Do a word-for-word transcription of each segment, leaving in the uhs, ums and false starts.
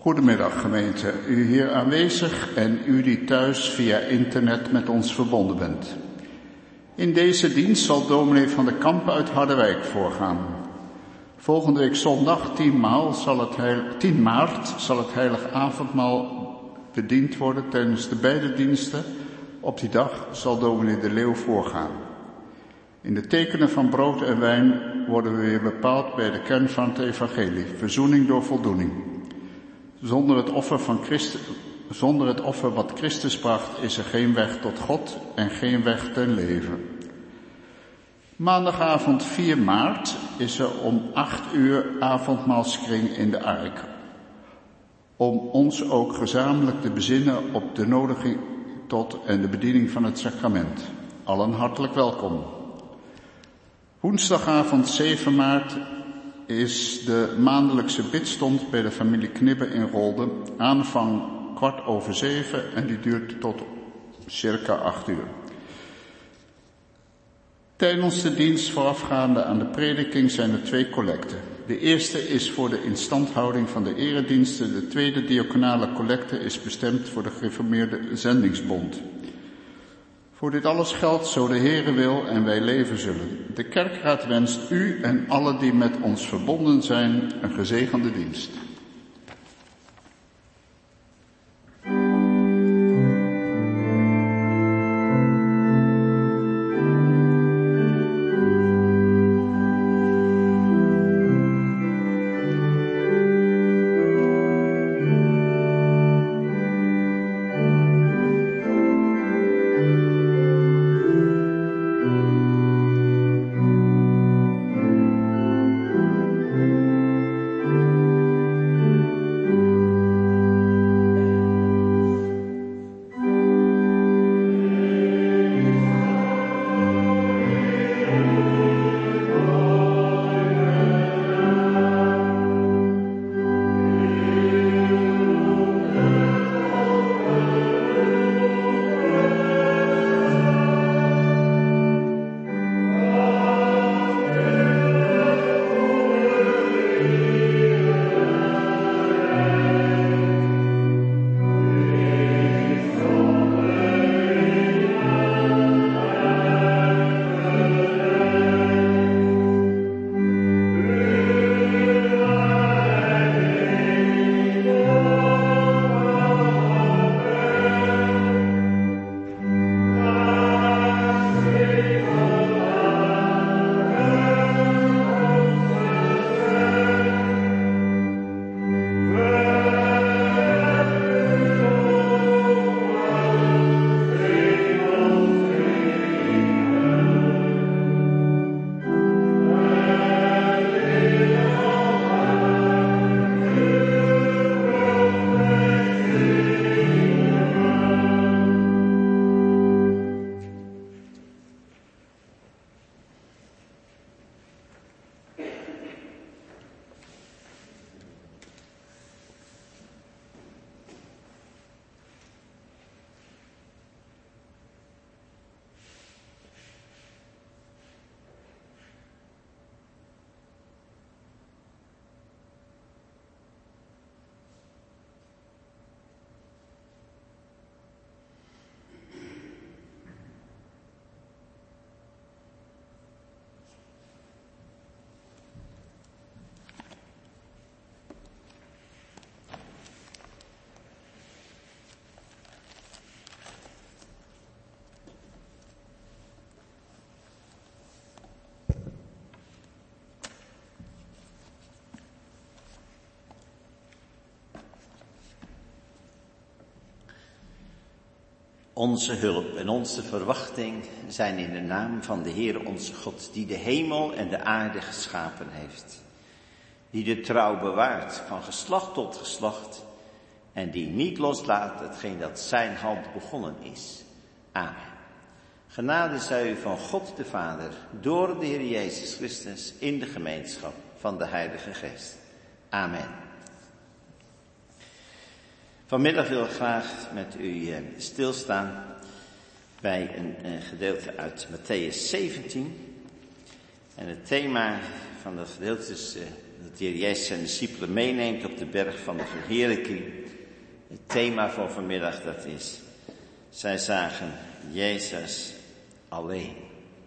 Goedemiddag gemeente, u hier aanwezig en u die thuis via internet met ons verbonden bent. In deze dienst zal dominee Van der Kamp uit Harderwijk voorgaan. Volgende week zondag tien maart zal het heilig avondmaal bediend worden tijdens de beide diensten. Op die dag zal dominee De Leeuw voorgaan. In de tekenen van brood en wijn worden we weer bepaald bij de kern van het evangelie, verzoening door voldoening. Zonder het offer van Christus, zonder het offer wat Christus bracht, is er geen weg tot God en geen weg ten leven. Maandagavond vier maart is er om acht uur avondmaalskring in de Ark. Om ons ook gezamenlijk te bezinnen op de nodiging tot en de bediening van het sacrament. Allen hartelijk welkom. Woensdagavond zeven maart is de maandelijkse bidstond bij de familie Knibbe in Rolde. Aanvang kwart over zeven en die duurt tot circa acht uur. Tijdens de dienst voorafgaande aan de prediking zijn er twee collecten. De eerste is voor de instandhouding van de erediensten. De tweede diaconale collecte is bestemd voor de gereformeerde zendingsbond. Voor dit alles geldt, zo de Heere wil en wij leven zullen. De kerkraad wenst u en alle die met ons verbonden zijn een gezegende dienst. Onze hulp en onze verwachting zijn in de naam van de Heere onze God, die de hemel en de aarde geschapen heeft. Die de trouw bewaart van geslacht tot geslacht en die niet loslaat hetgeen dat zijn hand begonnen is. Amen. Genade zij u van God de Vader, door de Heer Jezus Christus, in de gemeenschap van de Heilige Geest. Amen. Vanmiddag wil ik graag met u stilstaan bij een, een gedeelte uit Mattheüs zeventien. En het thema van dat gedeelte is uh, dat de Heer Jezus zijn discipelen meeneemt op de berg van de verheerlijking. Het thema van vanmiddag dat is, zij zagen Jezus alleen.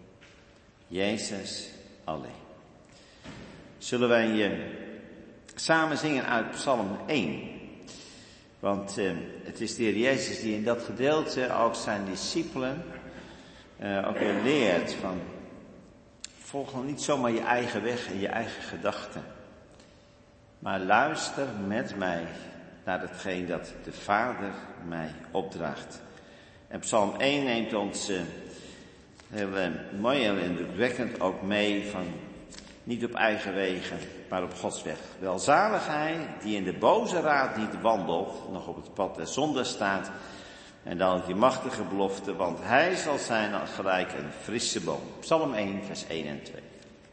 Jezus alleen. Zullen wij uh, samen zingen uit Psalm één. Want uh, het is de Heer Jezus die in dat gedeelte ook zijn discipelen uh, ook weer leert van, volg nog niet zomaar je eigen weg en je eigen gedachten. Maar luister met mij naar hetgeen dat de Vader mij opdraagt. En Psalm één neemt ons uh, heel uh, mooi en indrukwekkend ook mee van niet op eigen wegen, maar op Gods weg. Welzalig hij die in de boze raad niet wandelt, nog op het pad der zonde staat. En dan die machtige belofte, want hij zal zijn als gelijk een frisse boom. Psalm één, vers één en twee.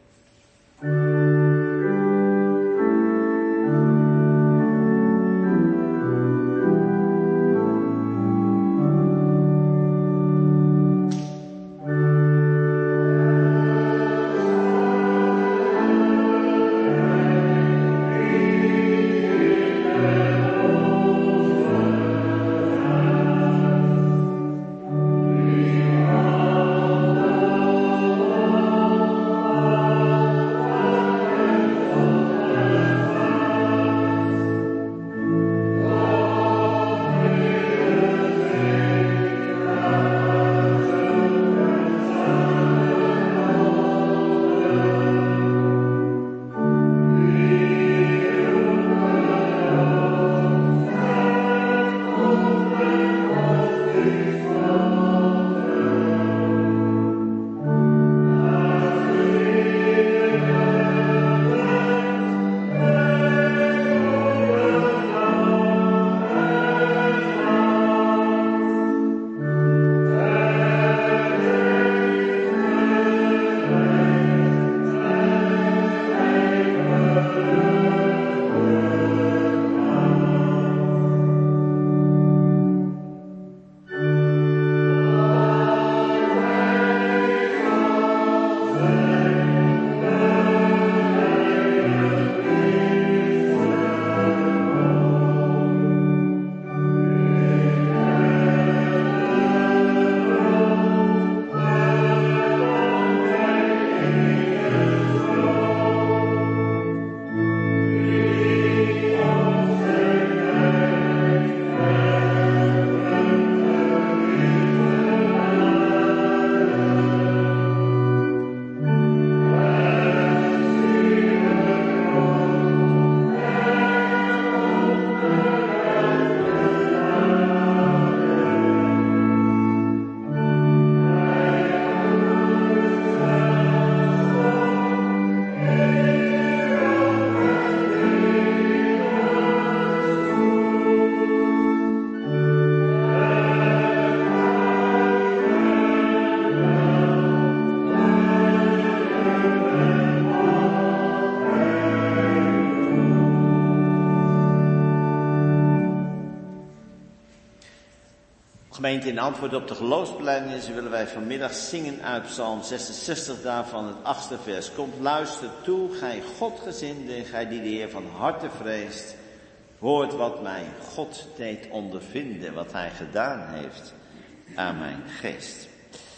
Gemeente, in antwoord op de geloofsbelijdenis willen wij vanmiddag zingen uit Psalm zesenzestig, daarvan het achtste vers. Komt, luister toe, gij Godgezinde, gij die de Heer van harte vreest. Hoort wat mij God deed ondervinden, wat hij gedaan heeft aan mijn geest.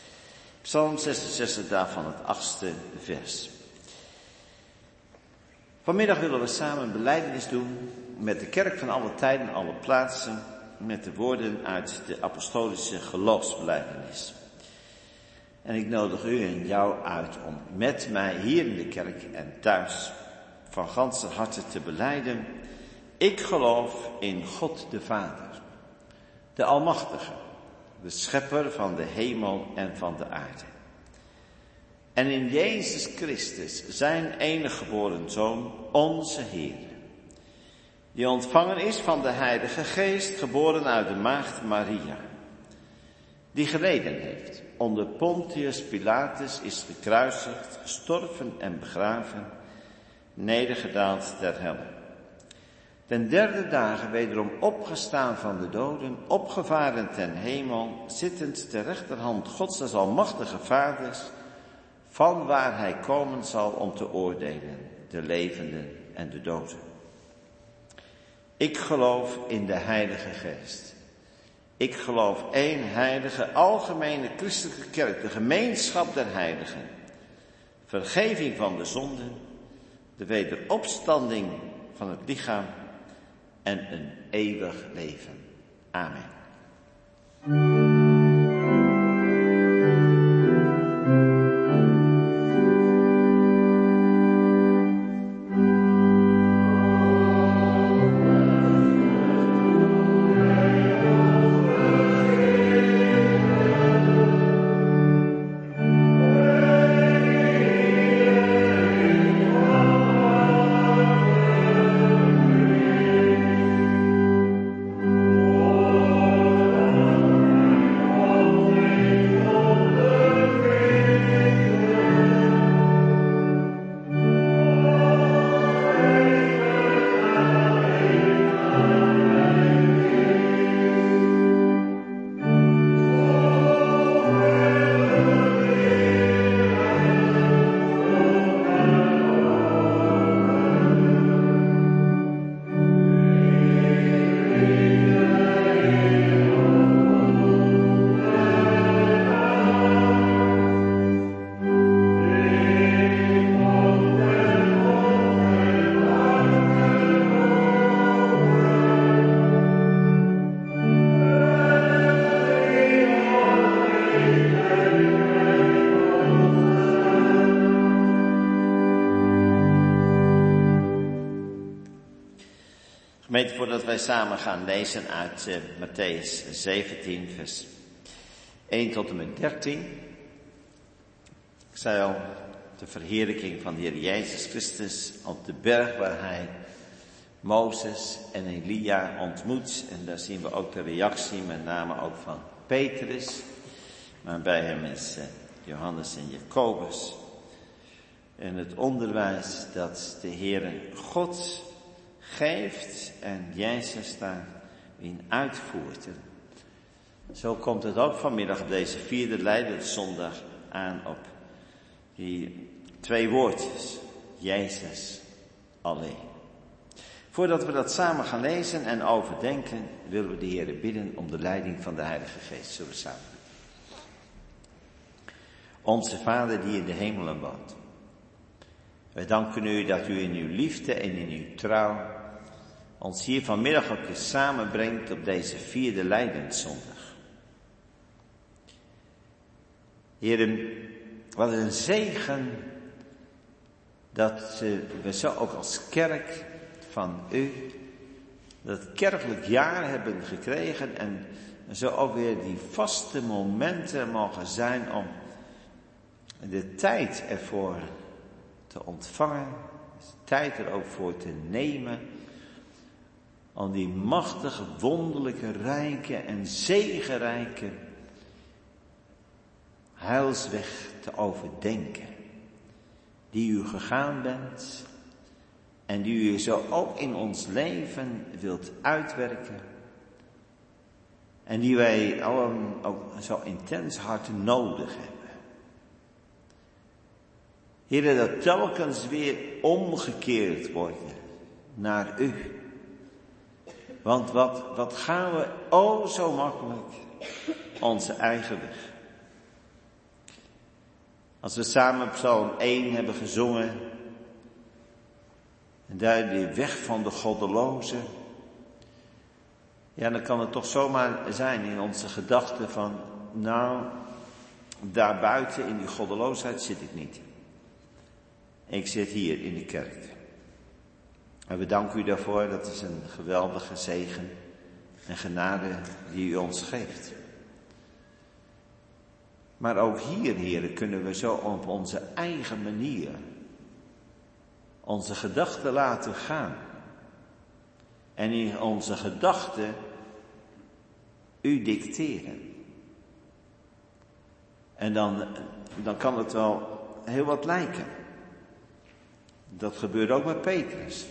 Psalm zesenzestig, daarvan het achtste vers. Vanmiddag willen we samen een belijdenis doen met de kerk van alle tijden en alle plaatsen, met de woorden uit de apostolische geloofsbelijdenis. En ik nodig u en jou uit om met mij hier in de kerk en thuis van ganse harte te belijden: ik geloof in God de Vader, de Almachtige, de Schepper van de hemel en van de aarde. En in Jezus Christus, zijn enige geboren Zoon, onze Heer, die ontvangen is van de Heilige Geest, geboren uit de maagd Maria, die geleden heeft, onder Pontius Pilatus is gekruisigd, gestorven en begraven, nedergedaald ter helle. Ten derde dagen wederom opgestaan van de doden, opgevaren ten hemel, zittend ter rechterhand Gods des almachtige Vaders, van waar hij komen zal om te oordelen, de levenden en de doden. Ik geloof in de Heilige Geest. Ik geloof één heilige, algemene christelijke kerk, de gemeenschap der heiligen. Vergeving van de zonden, de wederopstanding van het lichaam en een eeuwig leven. Amen. Gemeente, voordat wij samen gaan lezen uit uh, Mattheüs zeventien, vers één tot en met dertien. Ik zei al, de verheerlijking van de Heer Jezus Christus op de berg waar hij Mozes en Elia ontmoet. En daar zien we ook de reactie, met name ook van Petrus. Maar bij hem is uh, Johannes en Jacobus. En het onderwijs dat de Heere God geeft en Jezus daarin uitvoert. En zo komt het ook vanmiddag op deze vierde Lijdenszondag aan op die twee woordjes. Jezus alleen. Voordat we dat samen gaan lezen en overdenken, willen we de Heere bidden om de leiding van de Heilige Geest. Zullen we samen doen. Onze Vader die in de hemelen woont. Wij danken u dat u in uw liefde en in uw trouw ons hier vanmiddag ook weer samenbrengt op deze vierde Lijdenszondag. Heren, wat een zegen dat we zo ook als kerk van u dat kerkelijk jaar hebben gekregen en zo ook weer die vaste momenten mogen zijn om de tijd ervoor te ontvangen, de tijd er ook voor te nemen, om die machtige, wonderlijke, rijke en zegenrijke heilsweg te overdenken, die u gegaan bent en die u zo ook in ons leven wilt uitwerken en die wij allen ook zo intens hard nodig hebben. Heere, dat telkens weer omgekeerd worden naar u. Want wat, wat gaan we oh zo makkelijk onze eigen weg. Als we samen Psalm één hebben gezongen en daar de weg van de goddeloze, ja, dan kan het toch zomaar zijn in onze gedachten van, nou, daar buiten in die goddeloosheid zit ik niet. Ik zit hier in de kerk. En we danken u daarvoor, dat is een geweldige zegen en genade die u ons geeft. Maar ook hier, heren, kunnen we zo op onze eigen manier onze gedachten laten gaan. En in onze gedachten u dicteren. En dan, dan kan het wel heel wat lijken. Dat gebeurt ook met Petrus.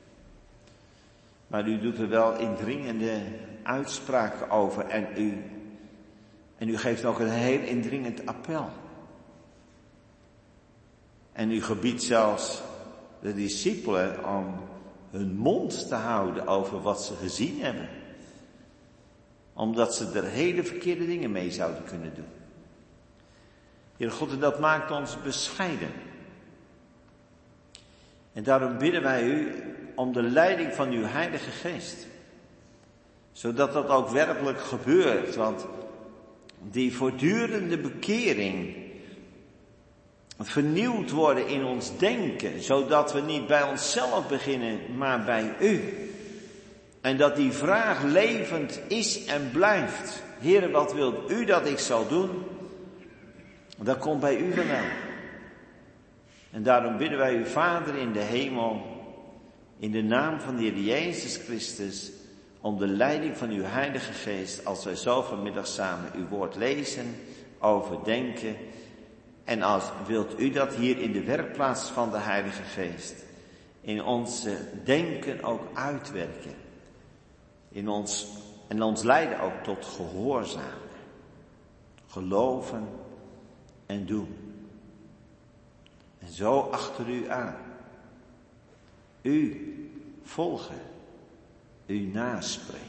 Maar u doet er wel indringende uitspraken over en u, en u geeft ook een heel indringend appel. En u gebiedt zelfs de discipelen om hun mond te houden over wat ze gezien hebben. Omdat ze er hele verkeerde dingen mee zouden kunnen doen. Heer God, en dat maakt ons bescheiden. En daarom bidden wij u om de leiding van uw Heilige Geest. Zodat dat ook werkelijk gebeurt. Want die voortdurende bekering, vernieuwd worden in ons denken. Zodat we niet bij onszelf beginnen, maar bij u. En dat die vraag levend is en blijft. Heere, wat wilt u dat ik zal doen? Dat komt bij u vandaan. En daarom bidden wij u, Vader in de hemel, in de naam van de Heer Jezus Christus, om de leiding van uw Heilige Geest, als wij zo vanmiddag samen uw woord lezen, overdenken. En als wilt u dat hier in de werkplaats van de Heilige Geest, in ons denken ook uitwerken. In ons, en ons leiden ook tot gehoorzamen, geloven en doen. En zo achter u aan. U volgen. U naspreken.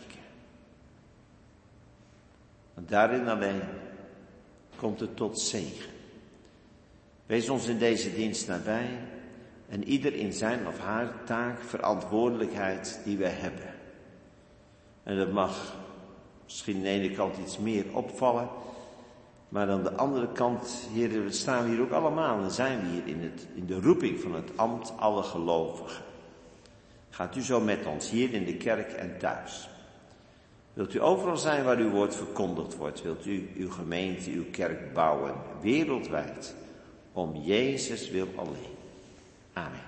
Want daarin alleen komt het tot zegen. Wees ons in deze dienst nabij. En ieder in zijn of haar taak, verantwoordelijkheid die wij hebben. En dat mag misschien aan de ene kant iets meer opvallen. Maar aan de andere kant, Heer, we staan hier ook allemaal en zijn we hier in, het, in de roeping van het ambt alle gelovigen. Gaat u zo met ons hier in de kerk en thuis. Wilt u overal zijn waar uw woord verkondigd wordt? Wilt u uw gemeente, uw kerk bouwen, wereldwijd, om Jezus wil alleen. Amen.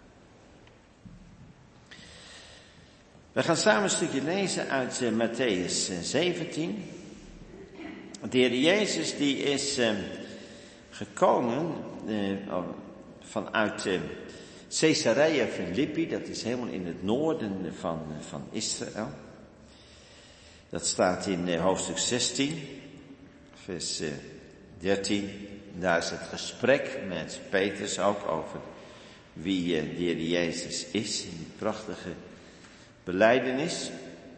We gaan samen een stukje lezen uit uh, Mattheüs zeventien. De Heer Jezus die is uh, gekomen uh, vanuit uh, Caesarea Philippi, dat is helemaal in het noorden van, uh, van Israël. Dat staat in uh, hoofdstuk zestien, vers uh, dertien. Daar is het gesprek met Petrus ook over wie uh, de Heer Jezus is, in die prachtige belijdenis.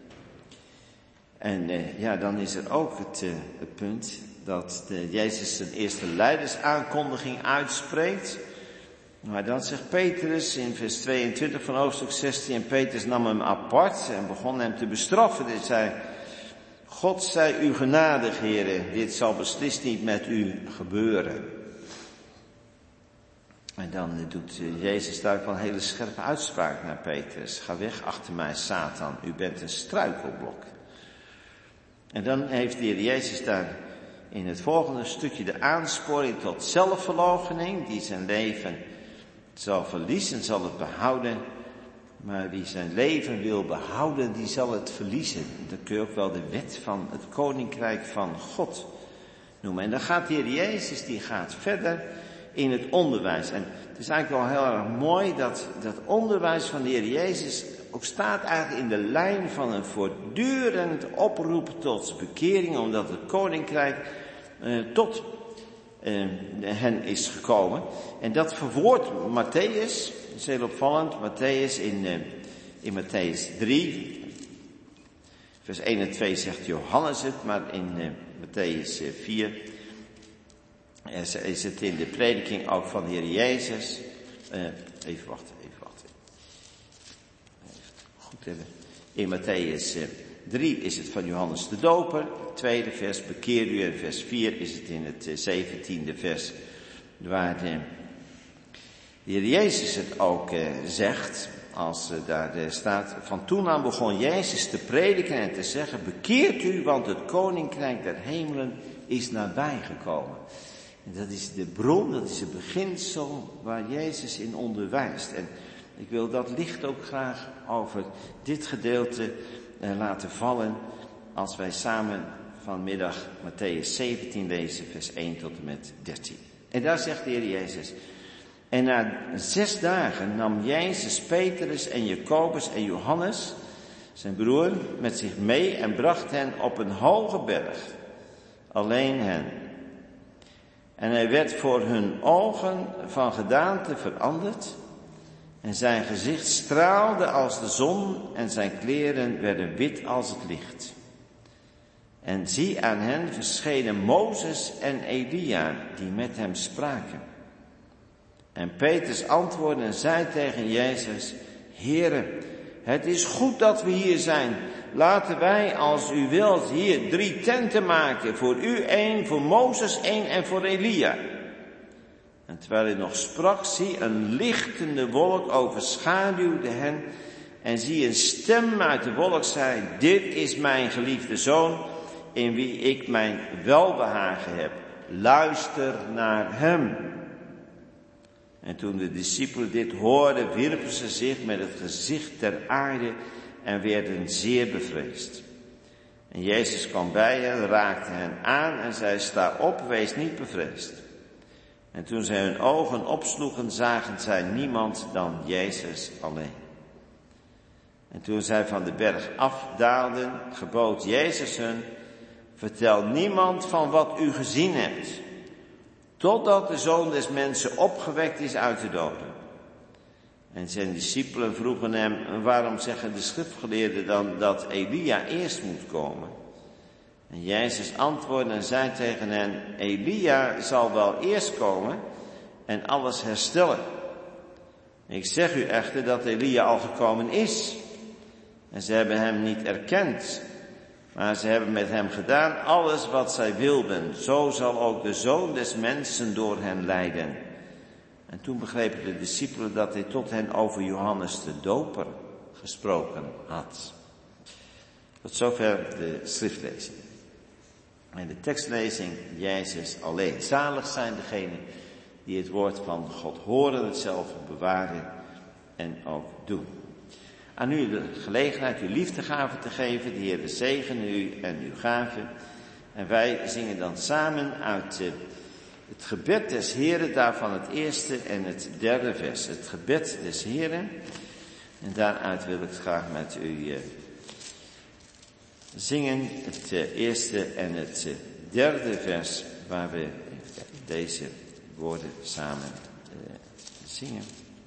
En uh, ja, dan is er ook het, uh, het punt dat de Jezus zijn eerste leidersaankondiging uitspreekt. Maar dan zegt Petrus in vers tweeëntwintig van hoofdstuk zestien, en Petrus nam hem apart en begon hem te bestraffen. Hij zei, God zij u genadig, heren, dit zal beslist niet met u gebeuren. En dan doet Jezus daar wel een hele scherpe uitspraak naar Petrus. Ga weg achter mij, Satan, u bent een struikelblok. En dan heeft de Heer Jezus daar in het volgende stukje de aansporing tot zelfverloochening, die zijn leven zal verliezen, zal het behouden. Maar wie zijn leven wil behouden, die zal het verliezen. Dat kun je ook wel de wet van het koninkrijk van God noemen. En dan gaat de Heer Jezus, die gaat verder in het onderwijs. En het is eigenlijk wel heel erg mooi dat dat onderwijs van de Heer Jezus ook staat eigenlijk in de lijn van een voortdurend oproep tot bekering, omdat het koninkrijk uh, tot uh, hen is gekomen. En dat verwoordt Matthäus, dat is heel opvallend, Matthäus in, uh, in Matthäus drie, vers één en twee zegt Johannes het, maar in uh, Matthäus vier is het in de prediking ook van de Heer Jezus. Uh, even wachten, even wachten. Goed hebben. In Matthäus drie is het van Johannes de Doper. Het tweede vers, bekeer u. En vers vier is het in het zeventiende vers. Waar de, de Heer Jezus het ook uh, zegt. Als uh, daar uh, staat. Van toen aan begon Jezus te prediken en te zeggen. Bekeert u, want het koninkrijk der hemelen is nabijgekomen. En dat is de bron, dat is het beginsel waar Jezus in onderwijst. En ik wil dat licht ook graag over dit gedeelte eh, laten vallen als wij samen vanmiddag Matthäus zeventien lezen, vers één tot en met dertien. En daar zegt de Heer Jezus. En na zes dagen nam Jezus Petrus en Jacobus en Johannes, zijn broer, met zich mee en bracht hen op een hoge berg. Alleen hen. En hij werd voor hun ogen van gedaante veranderd. En zijn gezicht straalde als de zon en zijn kleren werden wit als het licht. En zie, aan hen verschenen Mozes en Elia, die met hem spraken. En Petrus antwoordde en zei tegen Jezus: Heere, het is goed dat we hier zijn. Laten wij, als u wilt, hier drie tenten maken. Voor u één, voor Mozes één en voor Elia. En terwijl hij nog sprak, zie, een lichtende wolk overschaduwde hen. En zie, een stem uit de wolk zei: Dit is mijn geliefde zoon, in wie ik mijn welbehagen heb. Luister naar hem. En toen de discipelen dit hoorden, wierpen ze zich met het gezicht ter aarde en werden zeer bevreesd. En Jezus kwam bij hen, raakte hen aan en zei: Sta op, wees niet bevreesd. En toen zij hun ogen opsloegen, zagen zij niemand dan Jezus alleen. En toen zij van de berg afdaalden, gebood Jezus hun: Vertel niemand van wat u gezien hebt, totdat de Zoon des Mensen opgewekt is uit de doden. En zijn discipelen vroegen hem: Waarom zeggen de schriftgeleerden dan dat Elia eerst moet komen? En Jezus antwoordde en zei tegen hen: Elia zal wel eerst komen en alles herstellen. Ik zeg u echter dat Elia al gekomen is. En ze hebben hem niet erkend, maar ze hebben met hem gedaan alles wat zij wilden. Zo zal ook de Zoon des Mensen door hen lijden. En toen begrepen de discipelen dat hij tot hen over Johannes de Doper gesproken had. Tot zover de schriftlezing. En de tekstlezing: Jezus alleen. Zalig zijn degenen die het woord van God horen, het zelf bewaren en ook doen. Aan u de gelegenheid uw liefdegave te geven. De Heer zegene u en uw gave. En wij zingen dan samen uit uh, het gebed des Heren, daarvan het eerste en het derde vers. Het gebed des Heren. En daaruit wil ik graag met u uh, zingen. Het uh, eerste en het uh, derde vers, waar we deze woorden samen uh, zingen.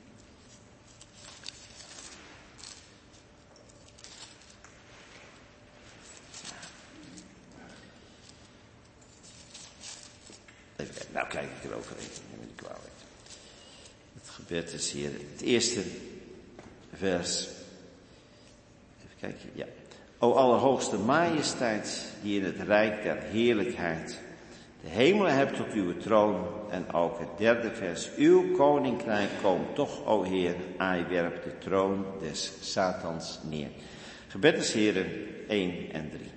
Nou, kijk ik er overheen, neem me niet kwalijk. Het gebed is hier het eerste vers. Even kijken, ja. O allerhoogste majesteit, die in het rijk der heerlijkheid de hemelen hebt tot uw troon. En ook het derde vers. Uw koninkrijk komt toch, o Heer, ai werp de troon des Satans neer. Gebed des Heren één en drie.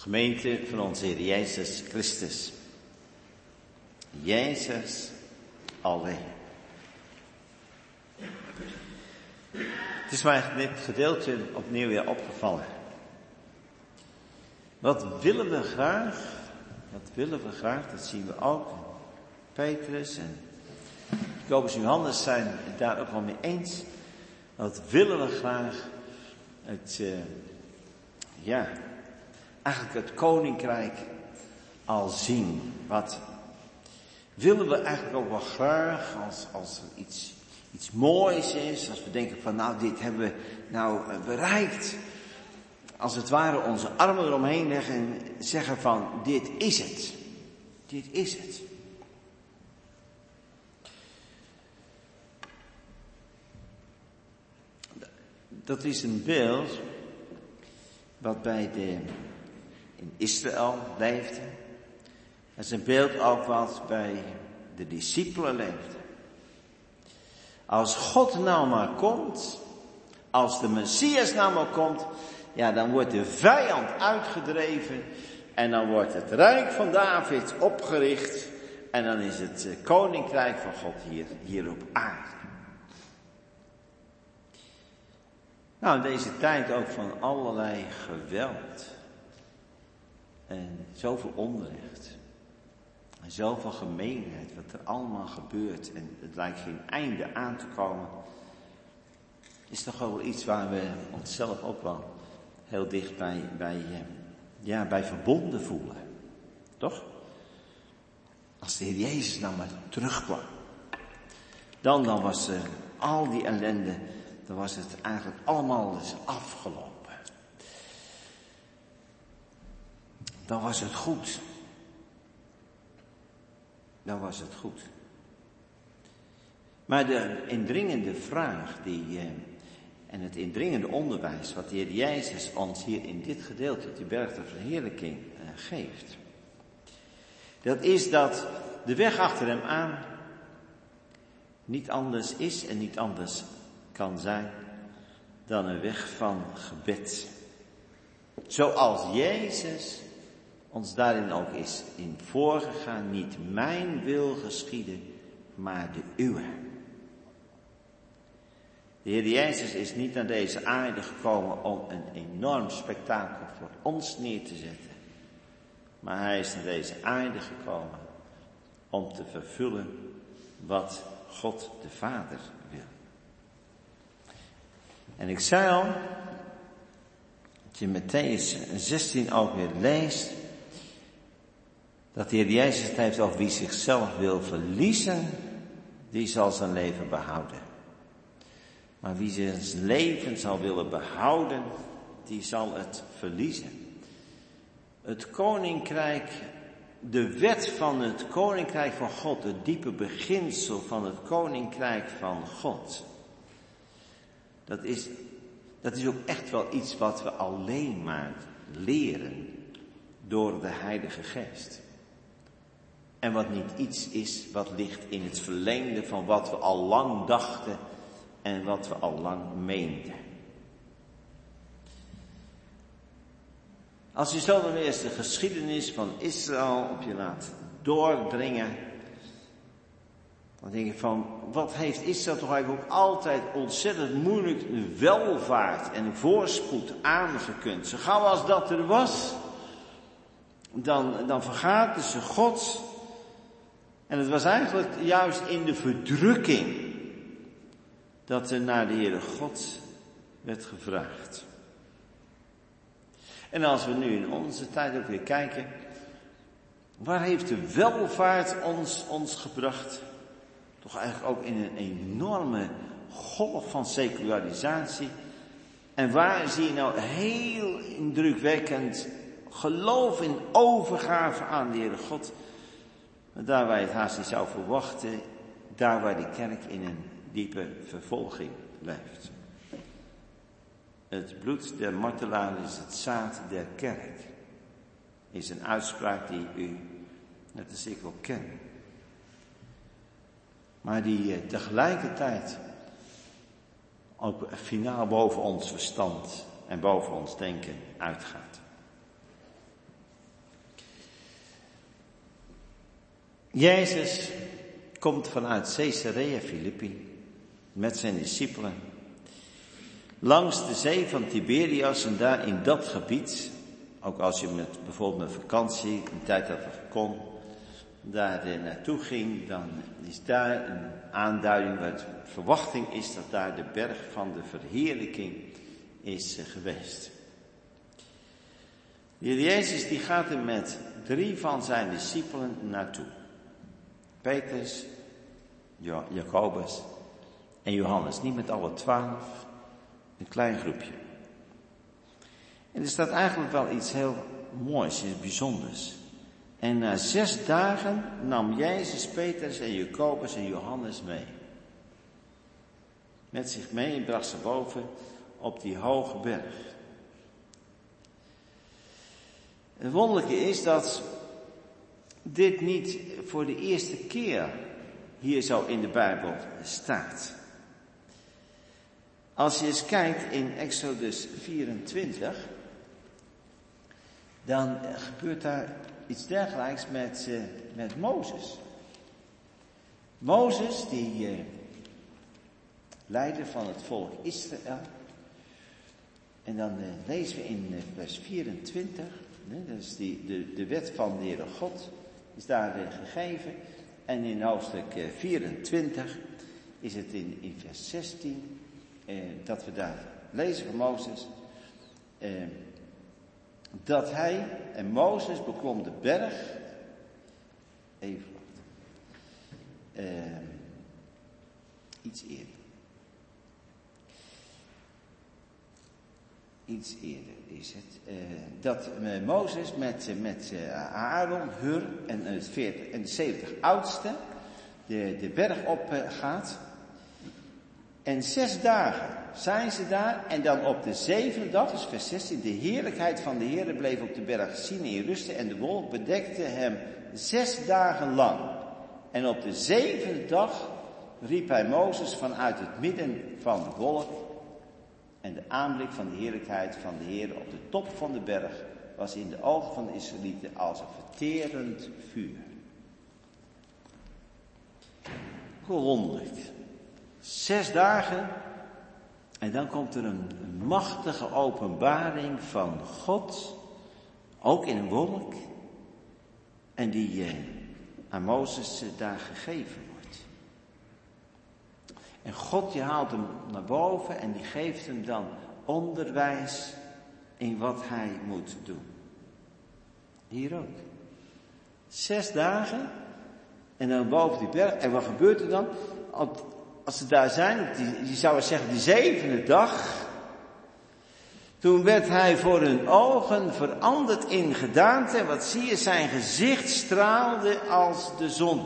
Gemeente van onze Heer Jezus Christus. Jezus alleen. Het is mij dit gedeelte opnieuw weer opgevallen. Wat willen we graag? Wat willen we graag? Dat zien we ook. Petrus en Jacobus en Johannes zijn het daar ook wel mee eens. Wat willen we graag? Het, uh, ja, eigenlijk het koninkrijk al zien. Wat willen we eigenlijk ook wel graag als, als er iets, iets moois is. Als we denken van nou dit hebben we nou uh, bereikt. Als het ware onze armen eromheen leggen en zeggen van dit is het. Dit is het. Dat is een beeld wat bij de, in Israël leefde. Dat is een beeld ook wat bij de discipelen leefde. Als God nou maar komt, als de Messias nou maar komt, ja, dan wordt de vijand uitgedreven en dan wordt het rijk van David opgericht en dan is het koninkrijk van God hier, hier op aarde. Nou, in deze tijd ook van allerlei geweld en zoveel onrecht en zoveel gemeenheid, wat er allemaal gebeurt en het lijkt geen einde aan te komen, is toch wel iets waar we onszelf ook wel heel dicht bij, bij, ja, bij verbonden voelen. Toch? Als de Heer Jezus nou maar terugkwam, dan, dan was uh, al die ellende, dan was het eigenlijk allemaal eens afgelopen. Dan was het goed. Dan was het goed. Maar de indringende vraag die, eh, en het indringende onderwijs wat de Heer Jezus ons hier in dit gedeelte, de berg der verheerlijking, eh, geeft. Dat is dat de weg achter hem aan niet anders is en niet anders kan zijn dan een weg van gebed. Zoals Jezus ons daarin ook is in voorgegaan, niet mijn wil geschieden, maar de uwe. De Heer Jezus is niet naar deze aarde gekomen om een enorm spektakel voor ons neer te zetten. Maar hij is naar deze aarde gekomen om te vervullen wat God de Vader wil. En ik zei al, dat je Mattheüs zestien ook weer leest, dat de Heer Jezus het heeft over wie zichzelf wil verliezen, die zal zijn leven behouden. Maar wie zijn leven zal willen behouden, die zal het verliezen. Het koninkrijk, de wet van het koninkrijk van God, het diepe beginsel van het koninkrijk van God. Dat is, dat is ook echt wel iets wat we alleen maar leren door de Heilige Geest. En wat niet iets is wat ligt in het verlengde van wat we al lang dachten en wat we al lang meenden. Als je zo dan weer eens de geschiedenis van Israël op je laat doordringen, dan denk je van, wat heeft Israël toch eigenlijk ook altijd ontzettend moeilijk welvaart en voorspoed aangekund. Zo gauw als dat er was, dan, dan vergaten ze God. En het was eigenlijk juist in de verdrukking dat er naar de Heere God werd gevraagd. En als we nu in onze tijd ook weer kijken, waar heeft de welvaart ons, ons gebracht? Toch eigenlijk ook in een enorme golf van secularisatie. En waar zie je nou heel indrukwekkend geloof in overgave aan de Heere God. Daar waar je het haast niet zou verwachten, daar waar die kerk in een diepe vervolging leeft. Het bloed der martelaar is het zaad der kerk. Is een uitspraak die u net als ik wel kent. Maar die eh, tegelijkertijd ook finaal boven ons verstand en boven ons denken uitgaat. Jezus komt vanuit Caesarea Philippi met zijn discipelen langs de zee van Tiberias en daar in dat gebied, ook als je met bijvoorbeeld met vakantie, in de tijd dat het kon, daar eh, naartoe ging, dan is daar een aanduiding waar de verwachting is dat daar de berg van de verheerlijking is eh, geweest. De Heer Jezus die gaat er met drie van zijn discipelen naartoe. Petrus, Jo- Jacobus en Johannes. Niet met alle twaalf, een klein groepje. En er staat eigenlijk wel iets heel moois, iets bijzonders. En na zes dagen nam Jezus Petrus en Jacobus en Johannes mee. Met zich mee en bracht ze boven op die hoge berg. Het wonderlijke is dat dit niet voor de eerste keer hier zo in de Bijbel staat. Als je eens kijkt in Exodus vierentwintig, dan gebeurt daar iets dergelijks met, uh, met Mozes. Mozes, die uh, leider van het volk Israël. En dan uh, lezen we in uh, vers vierentwintig, nee, dat is die, de, de wet van de Heere God, is daar uh, gegeven. En in hoofdstuk uh, vierentwintig is het in, in vers zestien, uh, dat we daar lezen van Mozes. Uh, Dat hij en Mozes beklom de berg. Even wat. Uh, iets eerder. Iets eerder is het. Uh, dat uh, Mozes met, uh, met uh, Aaron, Hur en, uh, veertig, en de zeventig oudsten de, de berg op uh, gaat. En zes dagen zijn ze daar en dan op de zevende dag, dus vers zestien, de heerlijkheid van de Heere bleef op de berg Sinai rusten en de wolk bedekte hem zes dagen lang. En op de zevende dag riep hij Mozes vanuit het midden van de wolk en de aanblik van de heerlijkheid van de Heere op de top van de berg was in de ogen van de Israëlieten als een verterend vuur. Wonderlijk. Zes dagen en dan komt er een, een machtige openbaring van God, ook in een wolk, en die eh, aan Mozes eh, daar gegeven wordt. En God die haalt hem naar boven en die geeft hem dan onderwijs in wat hij moet doen. Hier ook. Zes dagen en dan boven die berg. En wat gebeurt er dan? Op, Als ze daar zijn, die, je zou zeggen die zevende dag, toen werd hij voor hun ogen veranderd in gedaante. En wat zie je, zijn gezicht straalde als de zon.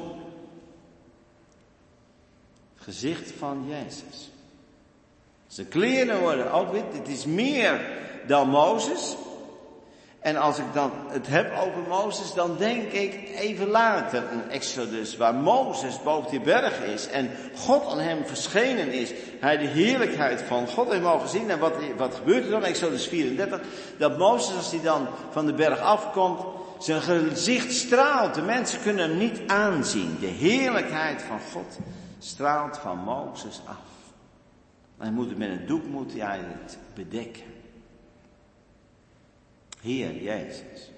Het gezicht van Jezus. Zijn kleren worden ook wit, het is meer dan Mozes. En als ik dan het heb over Mozes, dan denk ik even later een Exodus waar Mozes boven die berg is en God aan hem verschenen is. Hij de heerlijkheid van God heeft mogen zien. En wat, wat gebeurt er dan? Exodus vierendertig. Dat Mozes, als hij dan van de berg afkomt, zijn gezicht straalt. De mensen kunnen hem niet aanzien. De heerlijkheid van God straalt van Mozes af. Hij moet het met een doek moet hij het bedekken. Heer Jezus.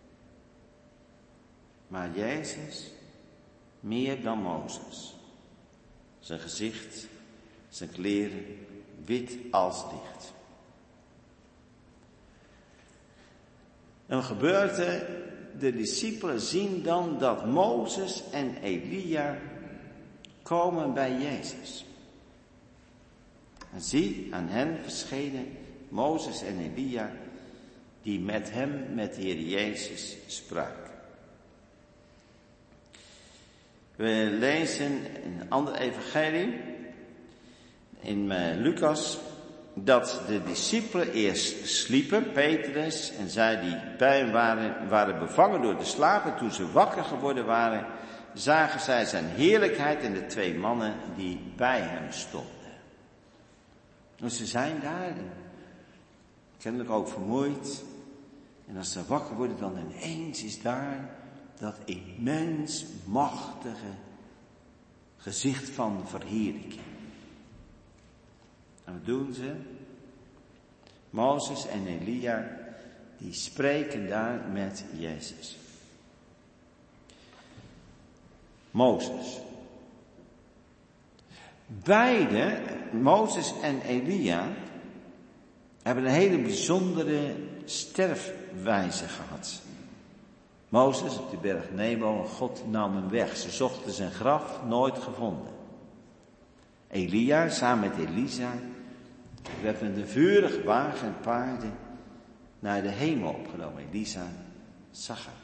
Maar Jezus meer dan Mozes. Zijn gezicht, zijn kleren, wit als licht. En wat gebeurt er? De discipelen zien dan dat Mozes en Elia komen bij Jezus. En zie, aan hen verschenen Mozes en Elia, die met hem, met de Heer Jezus, spraken. We lezen in een ander evangelie, in Lucas, dat de discipelen eerst sliepen, Petrus en zij die bij hem waren, waren bevangen door de slapen. Toen ze wakker geworden waren, zagen zij zijn heerlijkheid en de twee mannen die bij hem stonden. Dus ze zijn daar, kennelijk ook vermoeid. En als ze wakker worden, dan ineens is daar dat immens machtige gezicht van verheerlijking. En wat doen ze? Mozes en Elia, die spreken daar met Jezus. Mozes. Beide, Mozes en Elia, hebben een hele bijzondere sterfwijze gehad. Mozes op de berg Nebo, God nam hem weg. Ze zochten zijn graf, nooit gevonden. Elia, samen met Elisa, werd met een vurige wagen en paarden naar de hemel opgenomen. Elisa zag hem.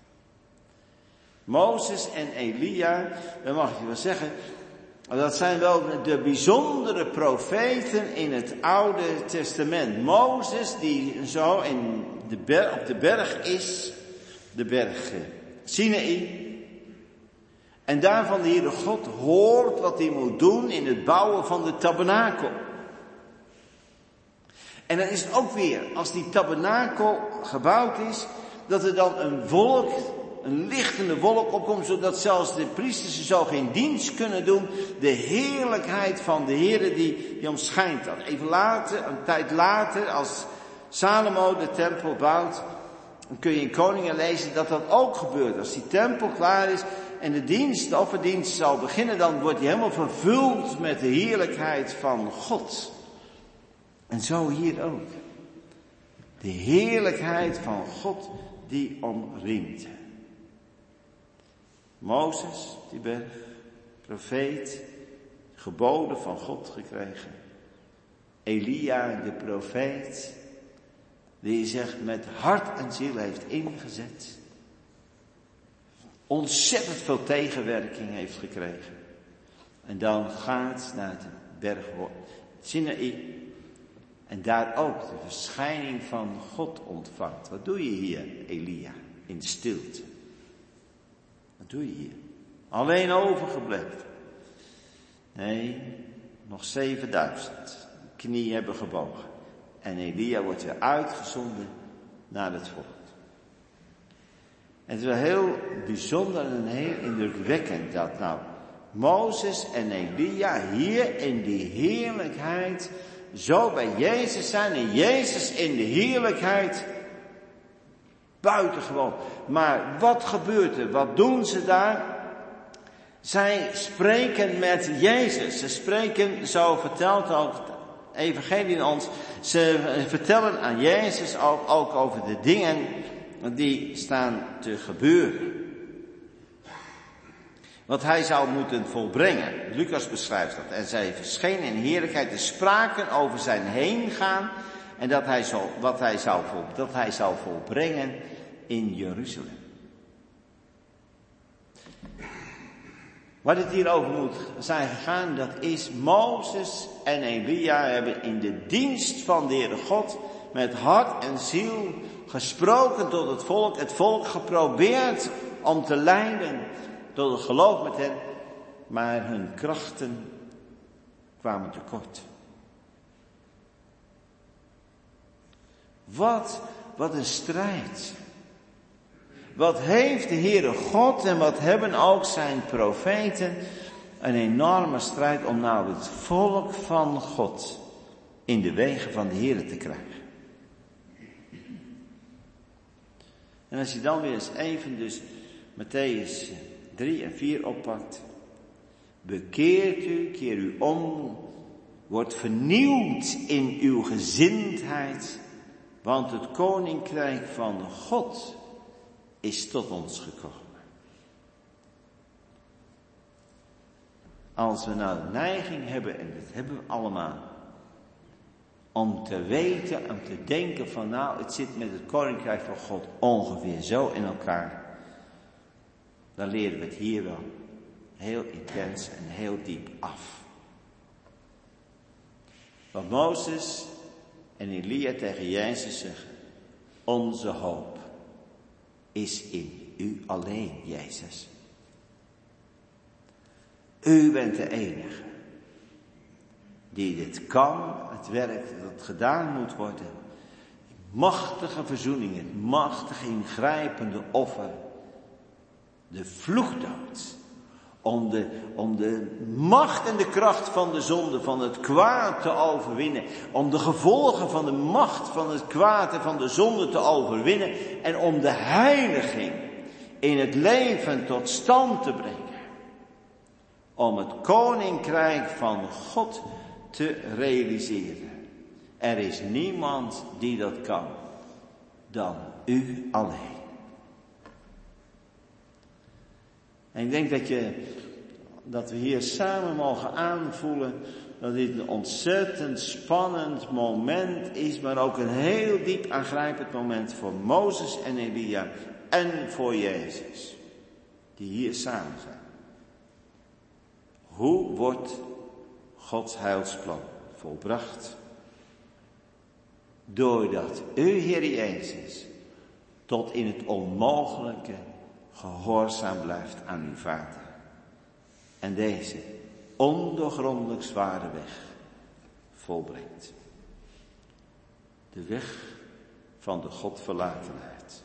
Mozes en Elia, dan mag je wel zeggen, dat zijn wel de bijzondere profeten in het Oude Testament. Mozes, die zo in de berg, op de berg is, de berg Sinaï. En daarvan de Heere God hoort wat hij moet doen in het bouwen van de tabernakel. En dan is het ook weer, als die tabernakel gebouwd is, dat er dan een wolk, een lichtende wolk opkomt, zodat zelfs de priesters zo geen dienst kunnen doen. De heerlijkheid van de Heere die, die omschijnt dat. Even later, een tijd later, als Salomo de tempel bouwt, dan kun je in Koningen lezen dat dat ook gebeurt. Als die tempel klaar is en de dienst, de offerdienst zal beginnen, dan wordt hij helemaal vervuld met de heerlijkheid van God. En zo hier ook. De heerlijkheid van God die omringt. Mozes, die berg, profeet, geboden van God gekregen. Elia, de profeet, die zich met hart en ziel heeft ingezet. Ontzettend veel tegenwerking heeft gekregen. En dan gaat naar de berg Sinaï. En daar ook de verschijning van God ontvangt. Wat doe je hier, Elia, in de stilte? Wat doe je hier? Alleen overgebleven. Nee, nog zevenduizend knieën hebben gebogen. En Elia wordt weer uitgezonden naar het volk. En het is wel heel bijzonder en heel indrukwekkend dat nou Mozes en Elia hier in die heerlijkheid zo bij Jezus zijn en Jezus in de heerlijkheid buitengewoon. Maar wat gebeurt er? Wat doen ze daar? Zij spreken met Jezus. Ze spreken, zo vertelt ook het evangelie ons, ze vertellen aan Jezus ook, ook over de dingen die staan te gebeuren. Wat hij zou moeten volbrengen. Lucas beschrijft dat. En zij verschenen in heerlijkheid. De spraken over zijn heen gaan. En dat hij, zo, wat hij zou vol, dat hij zou volbrengen in Jeruzalem. Wat het hier over moet zijn gegaan, dat is Mozes en Elia hebben in de dienst van de Heere God met hart en ziel gesproken tot het volk. Het volk geprobeerd om te leiden tot het geloof met hen, maar hun krachten kwamen tekort. Wat, wat een strijd. Wat heeft de Heere God en wat hebben ook zijn profeten een enorme strijd om nou het volk van God in de wegen van de Heere te krijgen. En als je dan weer eens even dus Mattheüs drie en vier oppakt. Bekeert u, keer u om, wordt vernieuwd in uw gezindheid, want het koninkrijk van God is tot ons gekomen. Als we nou de neiging hebben, en dat hebben we allemaal, om te weten, om te denken van nou, het zit met het koninkrijk van God ongeveer zo in elkaar, dan leren we het hier wel heel intens en heel diep af. Wat Mozes en Elia tegen Jezus zeggen, onze hoop is in u alleen, Jezus. U bent de enige die dit kan, het werk dat gedaan moet worden. Die machtige verzoening, het machtige ingrijpende offer de vloekdood. Om de, om de macht en de kracht van de zonde, van het kwaad te overwinnen. Om de gevolgen van de macht van het kwaad en van de zonde te overwinnen. En om de heiliging in het leven tot stand te brengen. Om het koninkrijk van God te realiseren. Er is niemand die dat kan dan u alleen. En ik denk dat, je, dat we hier samen mogen aanvoelen dat dit een ontzettend spannend moment is, maar ook een heel diep aangrijpend moment voor Mozes en Elia en voor Jezus, die hier samen zijn. Hoe wordt Gods heilsplan volbracht? Doordat u, Heer Jezus, tot in het onmogelijke gehoorzaam blijft aan uw Vader. En deze ondoorgrondelijk zware weg volbrengt. De weg van de Godverlatenheid.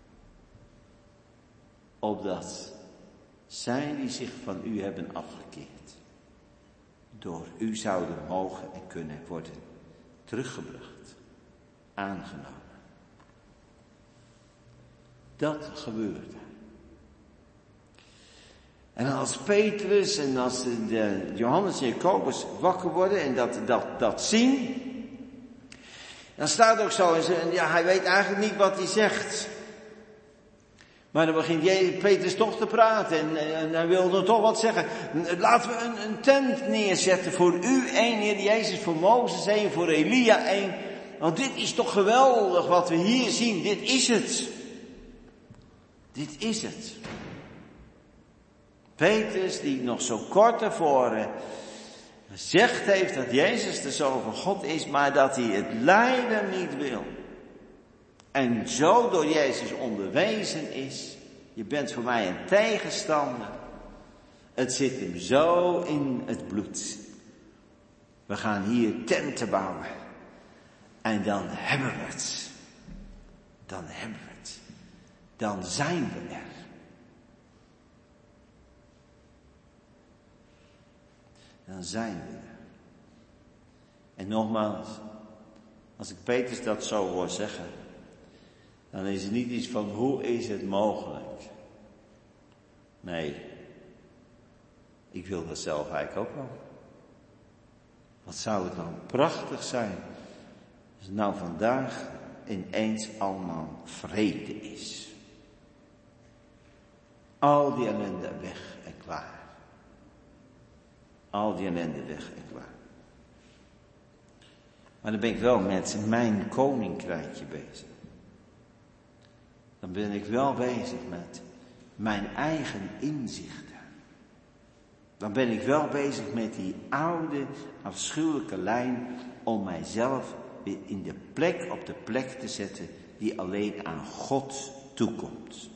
Opdat zij die zich van u hebben afgekeerd, door u zouden mogen en kunnen worden teruggebracht, aangenomen. Dat gebeurde. En als Petrus en als de Johannes en Jacobus wakker worden en dat, dat, dat zien, dan staat ook zo, en ja, hij weet eigenlijk niet wat hij zegt. Maar dan begint Petrus toch te praten en, en hij wilde toch wat zeggen. Laten we een, een tent neerzetten voor u één, Heer Jezus, voor Mozes één, voor Elia één. Want dit is toch geweldig wat we hier zien, dit is het. Dit is het. Petrus, die nog zo kort daarvoor gezegd heeft dat Jezus de Zoon van God is, maar dat hij het lijden niet wil. En zo door Jezus onderwezen is, je bent voor mij een tegenstander. Het zit hem zo in het bloed. We gaan hier tenten bouwen. En dan hebben we het. Dan hebben we het. Dan zijn we er. Dan zijn we er. En nogmaals, als ik Petrus dat zo hoor zeggen, dan is het niet iets van hoe is het mogelijk. Nee, ik wil dat zelf eigenlijk ook wel. Wat zou het nou prachtig zijn als het nou vandaag ineens allemaal vrede is. Al die ellende weg en klaar. Al die ellende weg en klaar. Maar dan ben ik wel met mijn koninkrijkje bezig. Dan ben ik wel bezig met mijn eigen inzichten. Dan ben ik wel bezig met die oude, afschuwelijke lijn om mijzelf weer in de plek, op de plek te zetten die alleen aan God toekomt.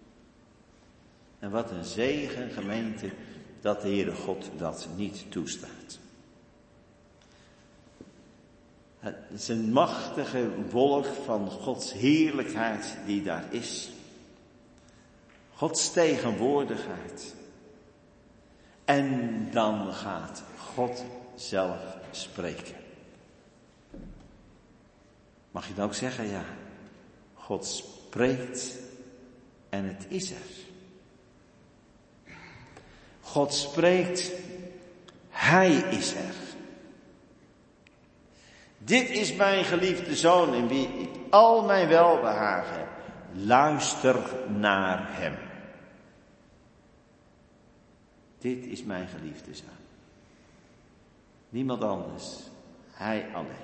En wat een zegen, gemeente, dat de Heere God dat niet toestaat. Het is een machtige wolk van Gods heerlijkheid die daar is. Gods tegenwoordigheid. En dan gaat God zelf spreken. Mag je dan ook zeggen, ja, God spreekt en het is er. God spreekt, Hij is er. Dit is mijn geliefde zoon in wie ik al mijn welbehagen heb. Luister naar hem. Dit is mijn geliefde zoon. Niemand anders. Hij alleen.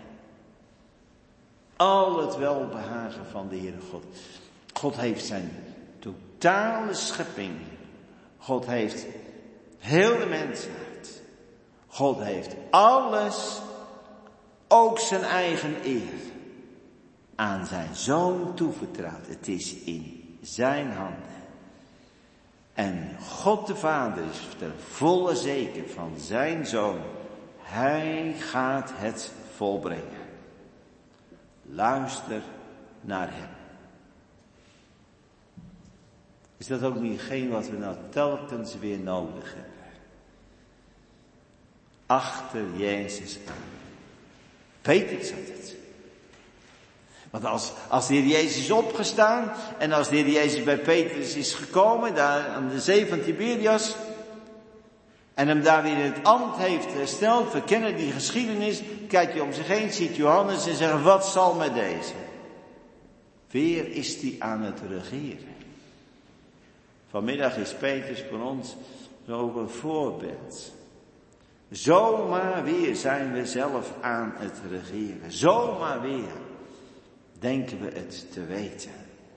Al het welbehagen van de Heere God. God heeft zijn totale schepping. God heeft heel de mensheid. God heeft alles, ook zijn eigen eer, aan zijn zoon toevertrouwd. Het is in zijn handen. En God de Vader is ter volle zeker van zijn zoon. Hij gaat het volbrengen. Luister naar hem. Is dat ook niet hetgeen wat we nou telkens weer nodig hebben? Achter Jezus aan. Peter zat het. Want als, als de Heer Jezus is opgestaan en als de Heer Jezus bij Petrus is gekomen, daar aan de zee van Tiberias, en hem daar weer in het ambt heeft hersteld, we kennen die geschiedenis, kijkt hij om zich heen, ziet Johannes en zegt, wat zal met deze? Weer is hij aan het regeren. Vanmiddag is Petrus voor ons ook een voorbeeld. Zomaar weer zijn we zelf aan het regeren. Zomaar weer denken we het te weten.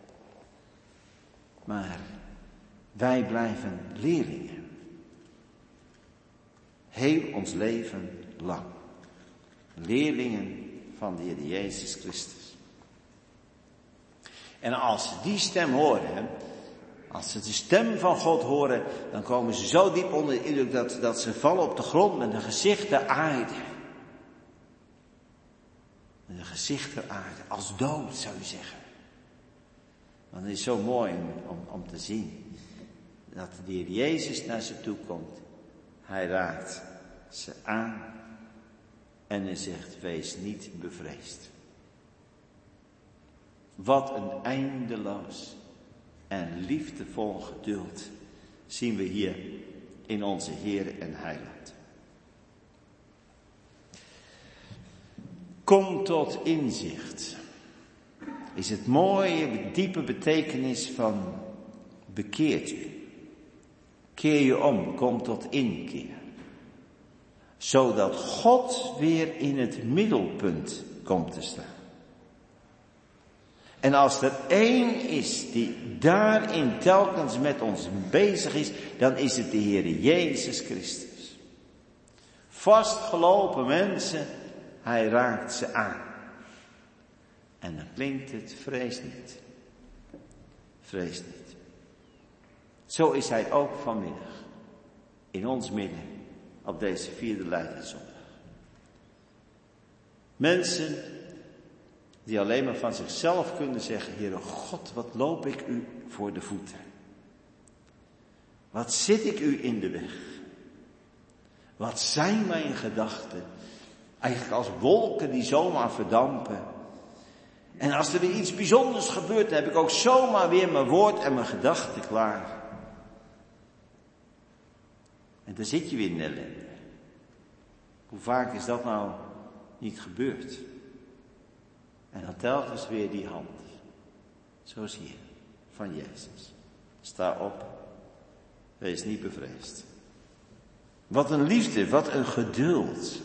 Maar wij blijven leerlingen. Heel ons leven lang. Leerlingen van de Heer Jezus Christus. En als ze die stem horen, als ze de stem van God horen, dan komen ze zo diep onder de indruk dat, dat ze vallen op de grond met een gezicht ter aarde. Met een gezicht ter aarde, als dood zou je zeggen. Want het is zo mooi om, om, om te zien dat de Heer Jezus naar ze toe komt. Hij raakt ze aan en hij zegt, wees niet bevreesd. Wat een eindeloos en liefdevol geduld zien we hier in onze Heer en Heiland. Kom tot inzicht. Is het mooie, diepe betekenis van bekeert u. Keer je om, kom tot inkeer. Zodat God weer in het middelpunt komt te staan. En als er één is die daarin telkens met ons bezig is, dan is het de Heer Jezus Christus. Vastgelopen mensen, hij raakt ze aan. En dan klinkt het, vrees niet. Vrees niet. Zo is hij ook vanmiddag in ons midden op deze vierde Lijdenszondag. Mensen die alleen maar van zichzelf kunnen zeggen, Heere God, wat loop ik u voor de voeten? Wat zit ik u in de weg? Wat zijn mijn gedachten? Eigenlijk als wolken die zomaar verdampen. En als er weer iets bijzonders gebeurt, dan heb ik ook zomaar weer mijn woord en mijn gedachten klaar. En dan zit je weer in de ellende. Hoe vaak is dat nou niet gebeurd? En dan telkens weer die hand. Zoals hier, van Jezus. Sta op, wees niet bevreesd. Wat een liefde, wat een geduld.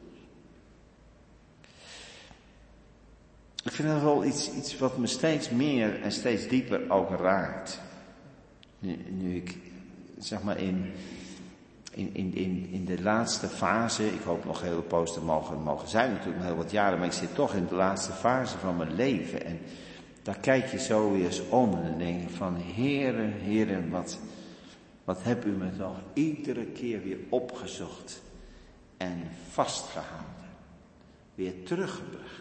Ik vind dat wel iets, iets wat me steeds meer en steeds dieper ook raakt. Nu, nu ik, zeg maar, in, in, in, in, in de laatste fase, ik hoop nog heel poos te mogen, mogen zijn, natuurlijk nog heel wat jaren, maar ik zit toch in de laatste fase van mijn leven. En daar kijk je zo weer eens om en dan denk je van, Heere, Heere, wat, wat heb u me toch iedere keer weer opgezocht en vastgehouden. Weer teruggebracht.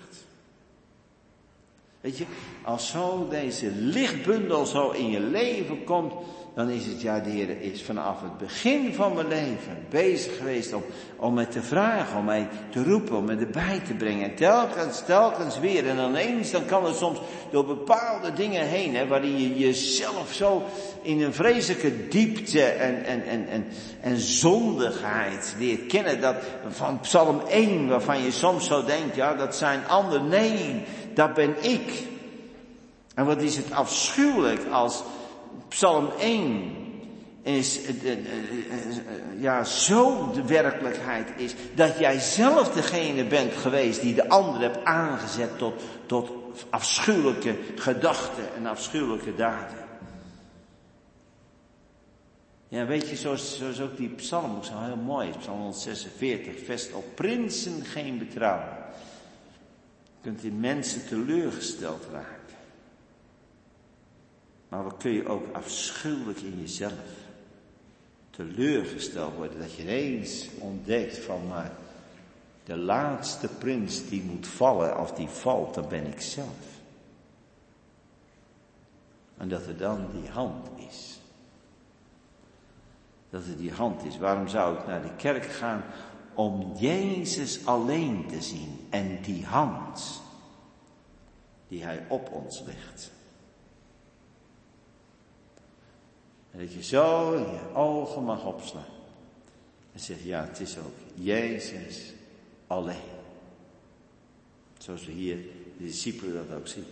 Weet je, als zo deze lichtbundel zo in je leven komt, dan is het, ja, de Heer is vanaf het begin van mijn leven bezig geweest om, om mij te vragen, om mij te roepen, om me erbij te brengen. En telkens, telkens weer. En dan eens, dan kan het soms door bepaalde dingen heen, hè, waarin je jezelf zo in een vreselijke diepte en, en, en, en, en zondigheid leert kennen. Dat van Psalm één, waarvan je soms zo denkt, ja, dat zijn anderen. Nee, dat ben ik. En wat is het afschuwelijk als Psalm één is, ja, zo de werkelijkheid is, dat jij zelf degene bent geweest die de ander hebt aangezet tot, tot afschuwelijke gedachten en afschuwelijke daden. Ja, weet je, zoals, zoals ook die psalm zo heel mooi is, Psalm honderdzesenveertig, vest op prinsen geen betrouwen. Je kunt in mensen teleurgesteld raken. Maar wat kun je ook afschuwelijk in jezelf teleurgesteld worden. Dat je ineens ontdekt van, maar de laatste prins die moet vallen, als die valt, dan ben ik zelf. En dat er dan die hand is. Dat er die hand is. Waarom zou ik naar de kerk gaan? Om Jezus alleen te zien. En die hand die hij op ons legt. En dat je zo je ogen mag opslaan. En zeg, ja, het is ook Jezus alleen. Zoals we hier de discipelen dat ook zien.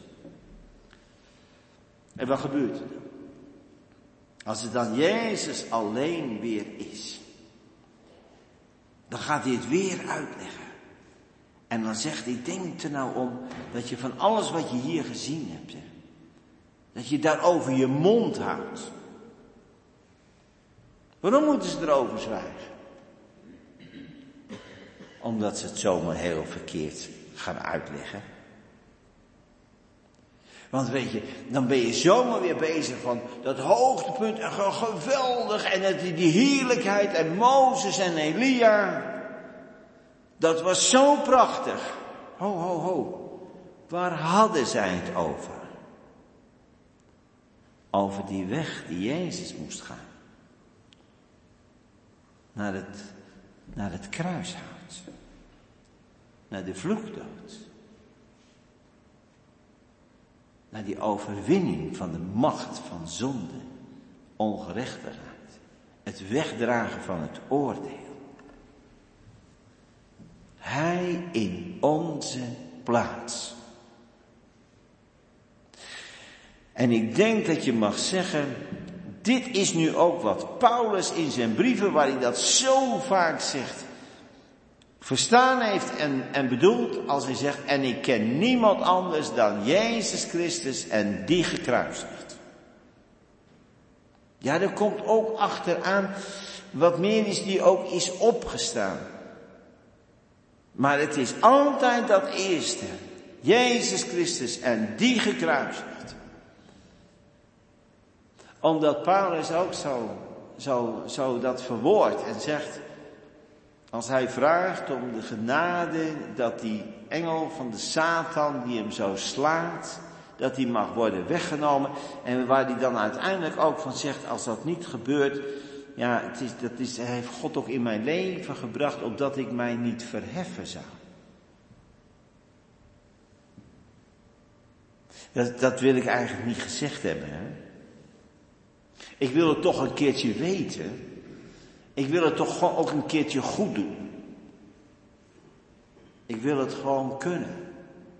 En wat gebeurt er dan? Als het dan Jezus alleen weer is, dan gaat hij het weer uitleggen. En dan zegt hij, denk er nou om dat je van alles wat je hier gezien hebt, hè, dat je daarover je mond houdt. Waarom moeten ze erover zwijgen? Omdat ze het zomaar heel verkeerd gaan uitleggen. Want weet je, dan ben je zomaar weer bezig van dat hoogtepunt en geweldig en het, die heerlijkheid en Mozes en Elia. Dat was zo prachtig. Ho, ho, ho. Waar hadden zij het over? Over die weg die Jezus moest gaan. Naar het, naar het kruishout. Naar de vloekdood. Naar die overwinning van de macht van zonde, ongerechtigheid. Het wegdragen van het oordeel. Hij in onze plaats. En ik denk dat je mag zeggen, dit is nu ook wat Paulus in zijn brieven, waar hij dat zo vaak zegt, verstaan heeft en, en bedoelt als hij zegt, en ik ken niemand anders dan Jezus Christus en die gekruisigd. Ja, er komt ook achteraan wat meer is die ook is opgestaan. Maar het is altijd dat eerste, Jezus Christus en die gekruisigd. Omdat Paulus ook zo, zo, zo dat verwoordt en zegt, als hij vraagt om de genade dat die engel van de Satan die hem zo slaat, dat die mag worden weggenomen. En waar hij dan uiteindelijk ook van zegt, als dat niet gebeurt, ja, het is, dat is, heeft God ook in mijn leven gebracht, opdat ik mij niet verheffen zou. Dat, dat wil ik eigenlijk niet gezegd hebben, hè. Ik wil het toch een keertje weten. Ik wil het toch gewoon ook een keertje goed doen. Ik wil het gewoon kunnen.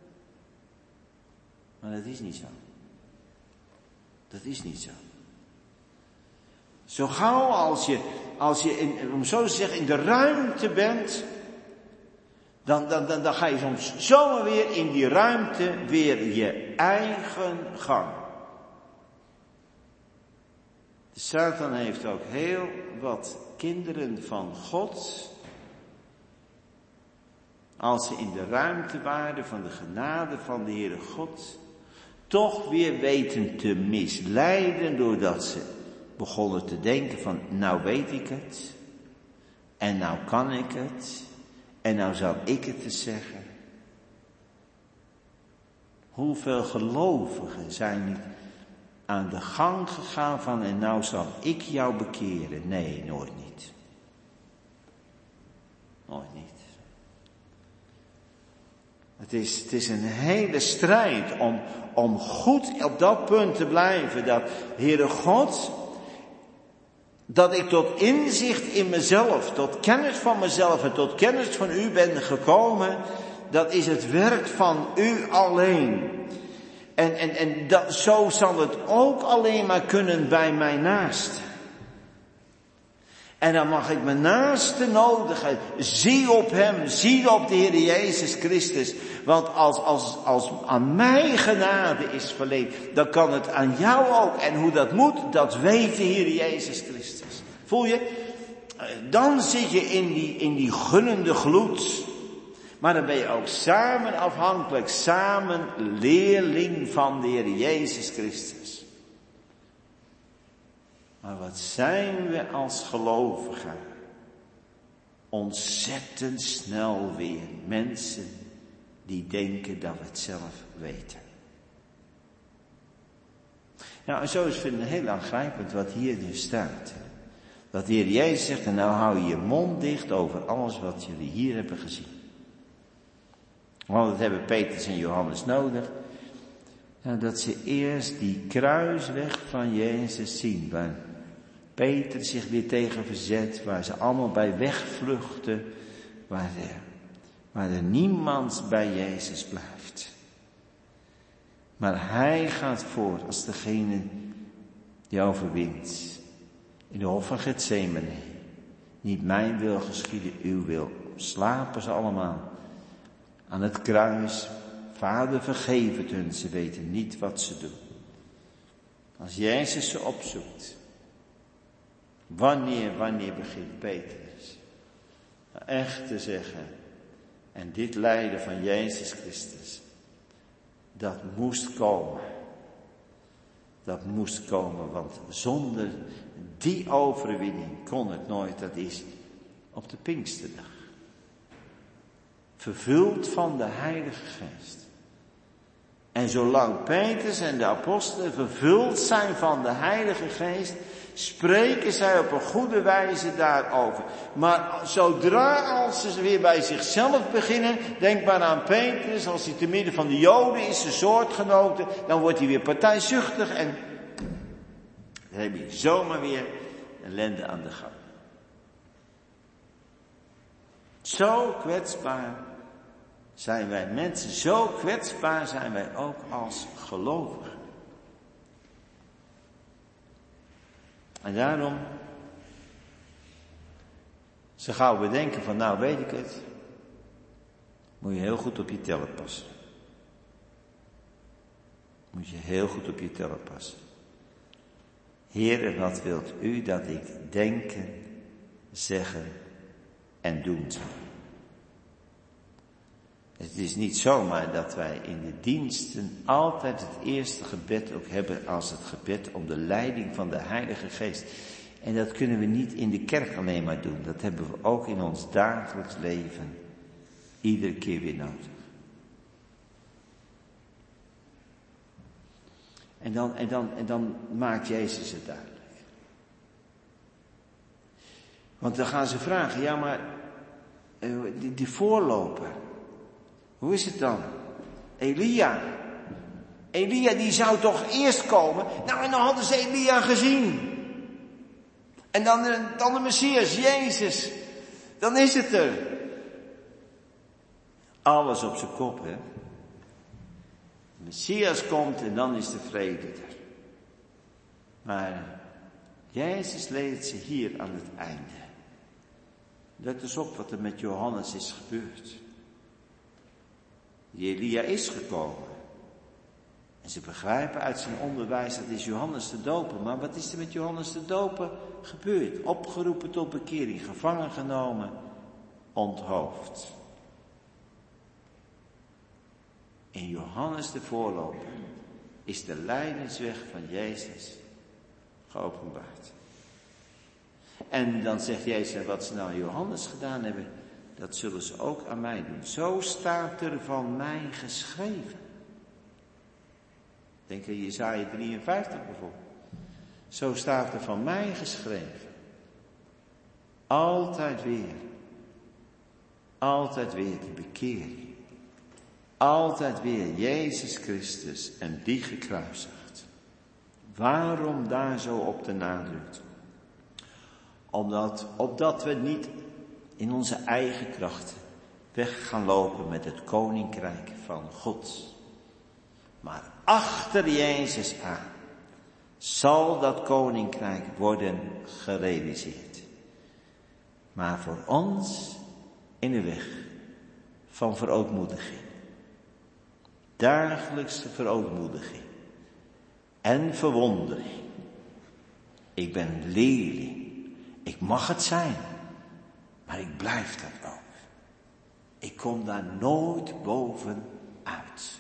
Maar dat is niet zo. Dat is niet zo. Zo gauw als je, als je in, om zo te zeggen, in de ruimte bent, dan, dan, dan, dan ga je soms zomaar weer in die ruimte weer je eigen gang. De Satan heeft ook heel wat kinderen van God, als ze in de ruimte waren van de genade van de Heere God, toch weer weten te misleiden doordat ze begonnen te denken van, nou weet ik het, en nou kan ik het, en nou zal ik het te zeggen. Hoeveel gelovigen zijn niet aan de gang gegaan van, en nou zal ik jou bekeren. Nee, nooit niet. Nooit niet. Het is, het is een hele strijd om, om goed op dat punt te blijven. Dat, Heere God, dat ik tot inzicht in mezelf, tot kennis van mezelf en tot kennis van u ben gekomen. Dat is het werk van u alleen. En, en, en dat, zo zal het ook alleen maar kunnen bij mijn naaste. En dan mag ik mijn naaste nodigen. Zie op hem, zie op de Heer Jezus Christus. Want als, als, als aan mij genade is verleend, dan kan het aan jou ook. En hoe dat moet, dat weet de Heer Jezus Christus. Voel je? Dan zit je in die, in die gunnende gloed. Maar dan ben je ook samen afhankelijk, samen leerling van de Heer Jezus Christus. Maar wat zijn we als gelovigen? Ontzettend snel weer mensen die denken dat we het zelf weten. Nou, en zo is het heel aangrijpend wat hier dus staat. Dat de Heer Jezus zegt, en nou hou je je mond dicht over alles wat jullie hier hebben gezien. Want dat hebben Petrus en Johannes nodig. Nou, dat ze eerst die kruisweg van Jezus zien. Waar Petrus zich weer tegen verzet. Waar ze allemaal bij wegvluchten. Waar er, waar er niemand bij Jezus blijft. Maar hij gaat voor als degene die overwint. In de hof van Getsemane. Niet mijn wil geschieden, uw wil. Slapen ze allemaal. Aan het kruis. Vader, vergeef het hun, ze weten niet wat ze doen. Als Jezus ze opzoekt. Wanneer, wanneer begint Petrus echt te zeggen. En dit lijden van Jezus Christus. Dat moest komen. Dat moest komen, want zonder die overwinning kon het nooit. Dat is op de Pinksterdag. Vervuld van de Heilige Geest. En zolang Petrus en de apostelen vervuld zijn van de Heilige Geest, spreken zij op een goede wijze daarover. Maar zodra als ze weer bij zichzelf beginnen, denk maar aan Petrus, als hij te midden van de Joden is, zijn soortgenoten, dan wordt hij weer partijzuchtig en dan heb je zomaar weer ellende aan de gang. Zo kwetsbaar zijn wij mensen, zo kwetsbaar zijn wij ook als gelovigen. En daarom, zo gauw we denken van nou weet ik het, moet je heel goed op je teller passen. Moet je heel goed op je teller passen. Heer, wat wilt u dat ik denken, zeggen en doen zal? Het is niet zomaar dat wij in de diensten altijd het eerste gebed ook hebben als het gebed om de leiding van de Heilige Geest. En dat kunnen we niet in de kerk alleen maar doen. Dat hebben we ook in ons dagelijks leven iedere keer weer nodig. En dan, en dan, en dan maakt Jezus het duidelijk. Want dan gaan ze vragen, ja maar die, die voorloper. Hoe is het dan? Elia. Elia die zou toch eerst komen? Nou en dan hadden ze Elia gezien. En dan de, dan de Messias, Jezus. Dan is het er. Alles op zijn kop, hè. De Messias komt en dan is de vrede er. Maar Jezus leert ze hier aan het einde. Let eens op wat er met Johannes is gebeurd. Die Elia is gekomen. En ze begrijpen uit zijn onderwijs dat is Johannes de Doper. Maar wat is er met Johannes de Doper gebeurd? Opgeroepen tot bekering, gevangen genomen, onthoofd. In Johannes de voorloper is de lijdensweg van Jezus geopenbaard. En dan zegt Jezus, wat ze nou aan Johannes gedaan hebben, dat zullen ze ook aan mij doen. Zo staat er van mij geschreven. Denk aan Jesaja drieënvijftig bijvoorbeeld. Zo staat er van mij geschreven. Altijd weer. Altijd weer die bekering. Altijd weer Jezus Christus en die gekruisigd. Waarom daar zo op de nadruk? Omdat, opdat we niet in onze eigen krachten weg gaan lopen met het koninkrijk van God. Maar achter Jezus aan zal dat koninkrijk worden gerealiseerd. Maar voor ons in de weg van verootmoediging. Dagelijkse verootmoediging. En verwondering. Ik ben een leerling. Ik mag het zijn. Maar ik blijf dat ook. Ik kom daar nooit bovenuit.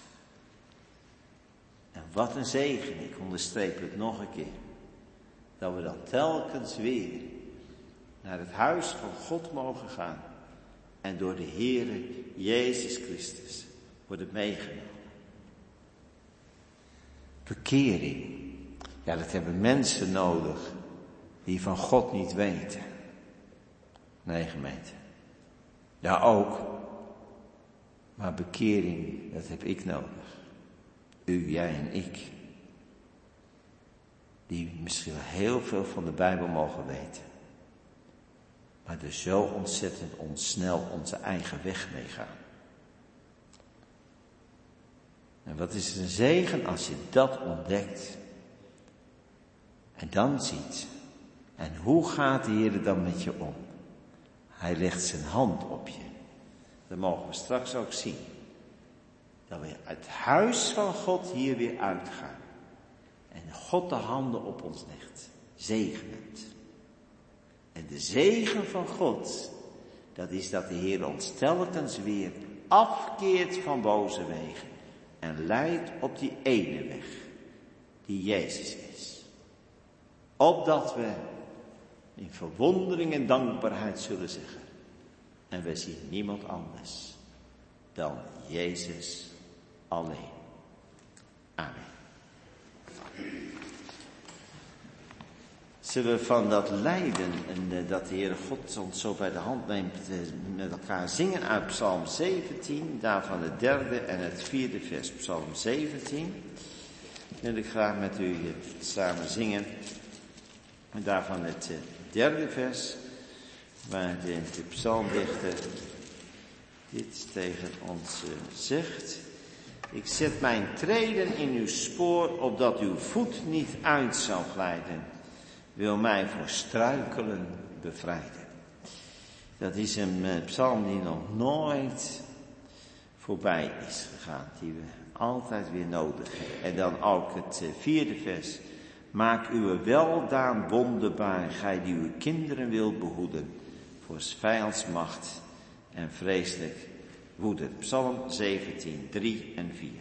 En wat een zegen, ik onderstreep het nog een keer. Dat we dan telkens weer naar het huis van God mogen gaan. En door de Heere Jezus Christus worden meegenomen. Bekering. Ja, dat hebben mensen nodig die van God niet weten. Nee, gemeente. Ja, ook. Maar bekering, dat heb ik nodig. U, jij en ik. Die misschien wel heel veel van de Bijbel mogen weten. Maar er zo ontzettend onsnel onze eigen weg mee gaan. En wat is een zegen als je dat ontdekt. En dan ziet. En hoe gaat de Heer er dan met je om? Hij legt zijn hand op je. Dat mogen we straks ook zien. Dat we uit het huis van God hier weer uitgaan. En God de handen op ons legt. Zegenend. En de zegen van God, dat is dat de Heer ons telkens weer afkeert van boze wegen. En leidt op die ene weg, die Jezus is. Opdat we in verwondering en dankbaarheid zullen zeggen. En we zien niemand anders dan Jezus alleen. Amen. Zullen we van dat lijden en uh, dat de Heere God ons zo bij de hand neemt, uh, met elkaar zingen uit Psalm zeventien, daarvan het derde en het vierde vers. Psalm zeventien. Wil ik graag met u uh, samen zingen. En daarvan het uh, derde vers, waar de, de psalmdichter dit tegen ons uh, zegt. Ik zet mijn treden in uw spoor, opdat uw voet niet uit zal glijden. Wil mij voor struikelen bevrijden. Dat is een uh, psalm die nog nooit voorbij is gegaan. Die we altijd weer nodig hebben. En dan ook het uh, vierde vers. Maak uw weldaan wonderbaar, gij die uw kinderen wilt behoeden. Voor vijands macht en vreselijk woede. Psalm zeventien, drie en vier.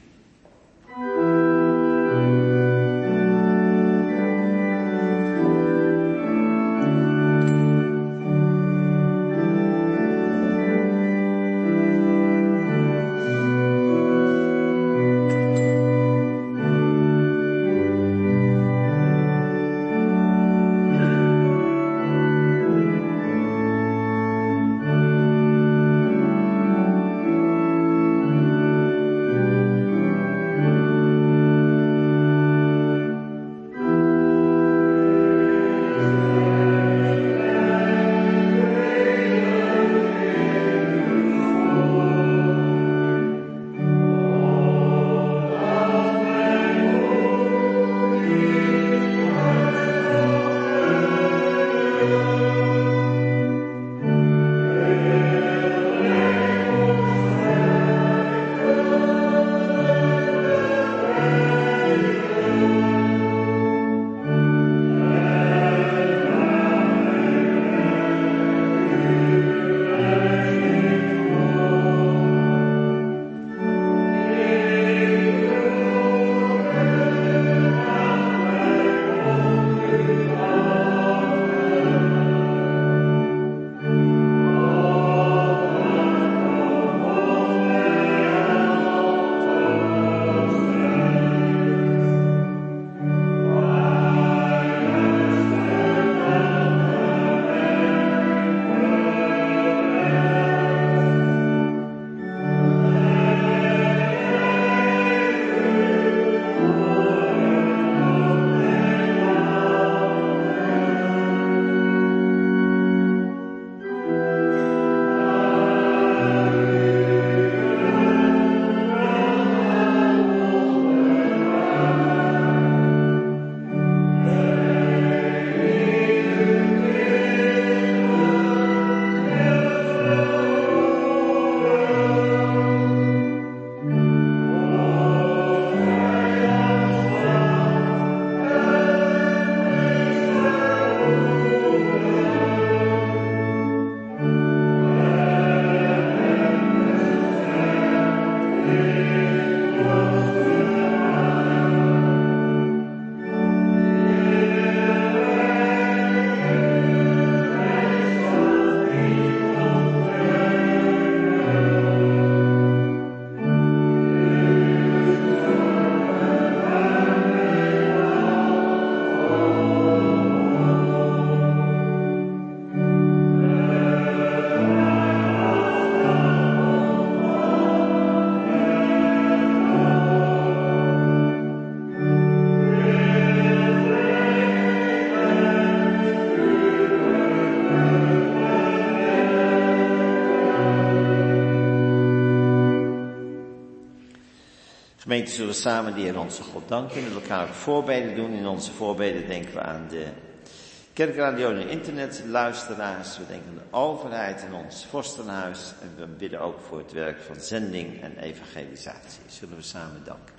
Gemeente, zullen samen de Heer onze God danken en elkaar ook voorbeden doen. In onze voorbeden denken we aan de kerkradio en internetluisteraars. We denken aan de overheid en ons vorstenhuis. En we bidden ook voor het werk van zending en evangelisatie. Zullen we samen danken.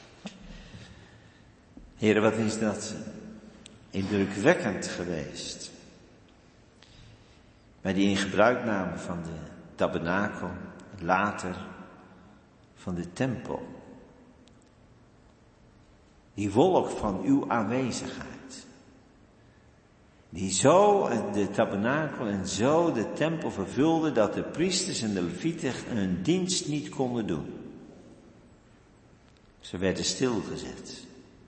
Heer, wat is dat indrukwekkend geweest. Bij die ingebruikname van de tabernakel, later van de tempel. Die wolk van uw aanwezigheid. Die zo de tabernakel en zo de tempel vervulde dat de priesters en de levieten hun dienst niet konden doen. Ze werden stilgezet.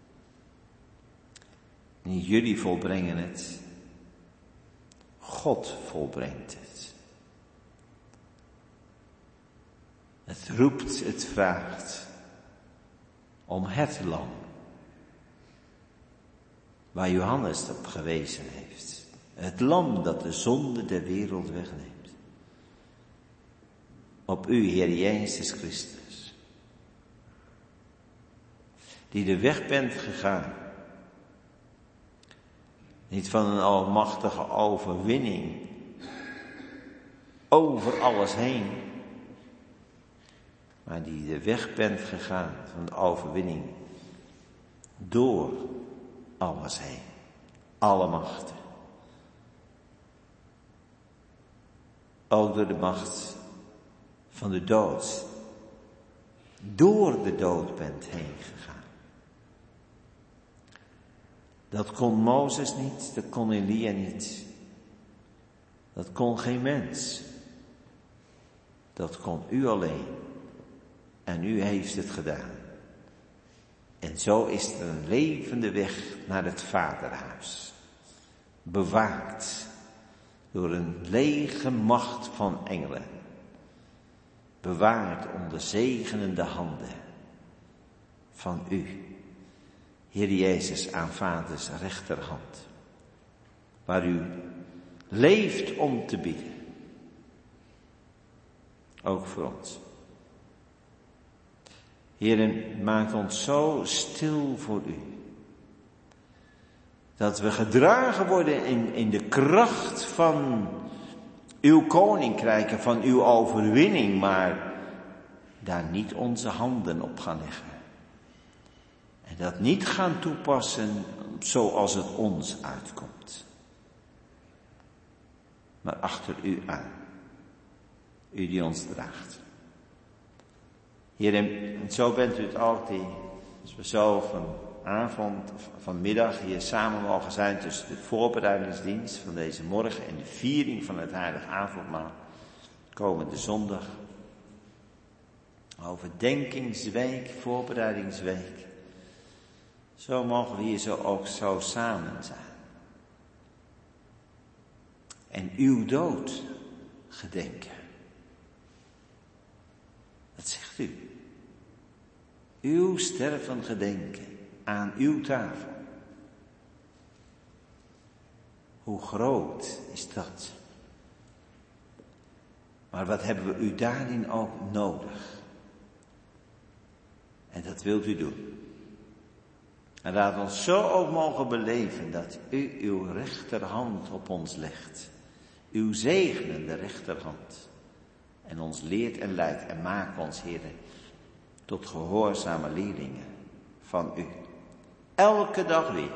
Niet jullie volbrengen het. God volbrengt het. Het roept, het vraagt om het lam. Waar Johannes op gewezen heeft. Het lam dat de zonde der wereld wegneemt. Op u, Heer Jezus Christus. Die de weg bent gegaan. Niet van een almachtige overwinning. Over alles heen. Maar die de weg bent gegaan van de overwinning. Door alles heen. Alle machten. Ook door de macht van de dood. Door de dood bent heen gegaan. Dat kon Mozes niet, dat kon Elia niet. Dat kon geen mens. Dat kon u alleen. En u heeft het gedaan. En zo is er een levende weg naar het vaderhuis. Bewaakt door een lege macht van engelen. Bewaard onder zegenende handen van u. Heer Jezus aan vaders rechterhand. Waar u leeft om te bidden. Ook voor ons. Heer, maak ons zo stil voor u. Dat we gedragen worden in, in de kracht van uw koninkrijk en van uw overwinning. Maar daar niet onze handen op gaan leggen. En dat niet gaan toepassen zoals het ons uitkomt. Maar achter u aan. U die ons draagt. Heer, en zo bent u het ook die, als we zo vanavond of vanmiddag hier samen mogen zijn tussen de voorbereidingsdienst van deze morgen en de viering van het heilige avondmaal. Komende zondag. Overdenkingsweek, voorbereidingsweek. Zo mogen we hier zo ook zo samen zijn. En uw dood gedenken. Dat zegt u. Uw sterven gedenken aan uw tafel. Hoe groot is dat? Maar wat hebben we u daarin ook nodig? En dat wilt u doen. En laat ons zo ook mogen beleven dat u uw rechterhand op ons legt. Uw zegenende rechterhand. En ons leert en leidt en maakt ons, Heere, tot gehoorzame leerlingen van u. Elke dag weer.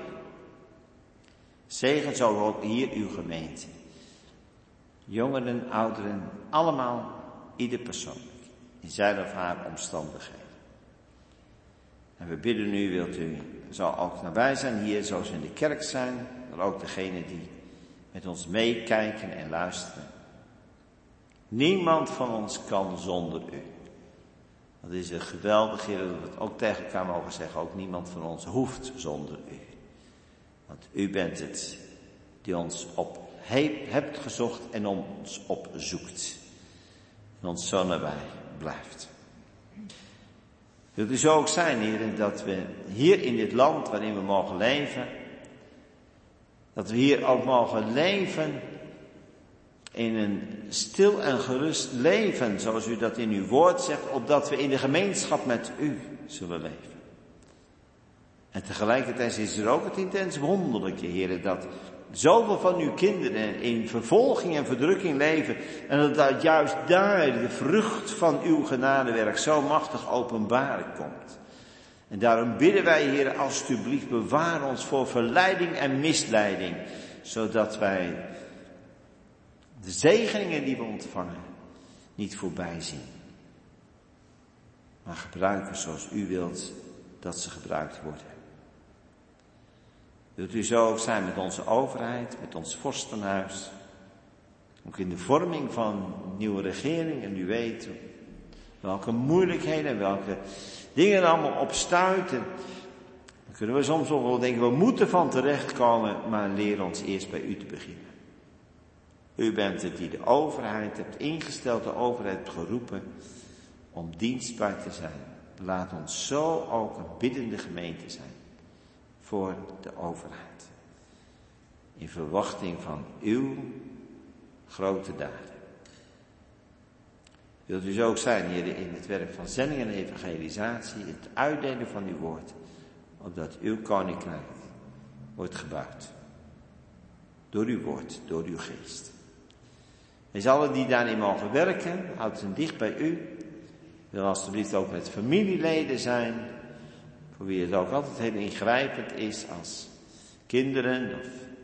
Zegen zo ook hier uw gemeente. Jongeren, ouderen, allemaal, ieder persoonlijk. In zijn of haar omstandigheden. En we bidden u, wilt u zo ook nabij zijn hier, zoals we in de kerk zijn. Maar ook degenen die met ons meekijken en luisteren. Niemand van ons kan zonder u. Dat is een geweldig, Heer, dat we het ook tegen elkaar mogen zeggen. Ook niemand van ons hoeft zonder u. Want u bent het die ons op hebt gezocht en ons opzoekt. En ons zo nabij blijft. Wilt u zo ook zijn, Heer, dat we hier in dit land waarin we mogen leven, dat we hier ook mogen leven in een stil en gerust leven, zoals u dat in uw woord zegt, opdat we in de gemeenschap met u zullen leven. En tegelijkertijd is er ook het intens wonderlijke, Heer, dat zoveel van uw kinderen in vervolging en verdrukking leven. En dat juist daar de vrucht van uw genadewerk zo machtig openbaar komt. En daarom bidden wij, Heer, alstublieft bewaar ons voor verleiding en misleiding. Zodat wij de zegeningen die we ontvangen niet voorbij zien. Maar gebruiken zoals u wilt dat ze gebruikt worden. Wilt u zo ook zijn met onze overheid, met ons vorstenhuis. Ook in de vorming van nieuwe regering. En u weet welke moeilijkheden en welke dingen er allemaal op stuiten. Dan kunnen we soms nog wel denken, we moeten van terechtkomen. Maar leer ons eerst bij u te beginnen. U bent het die de overheid hebt ingesteld, de overheid hebt geroepen om dienstbaar te zijn. Laat ons zo ook een biddende gemeente zijn voor de overheid. In verwachting van uw grote daden. Wilt u zo ook zijn, Heer, in het werk van zending en evangelisatie, het uitdelen van uw woord, opdat uw koninkrijk wordt gebouwd. Door uw woord, door uw geest. Wees allen die daarin mogen werken, houd hen dicht bij u. Wil alstublieft ook met familieleden zijn, voor wie het ook altijd heel ingrijpend is als kinderen of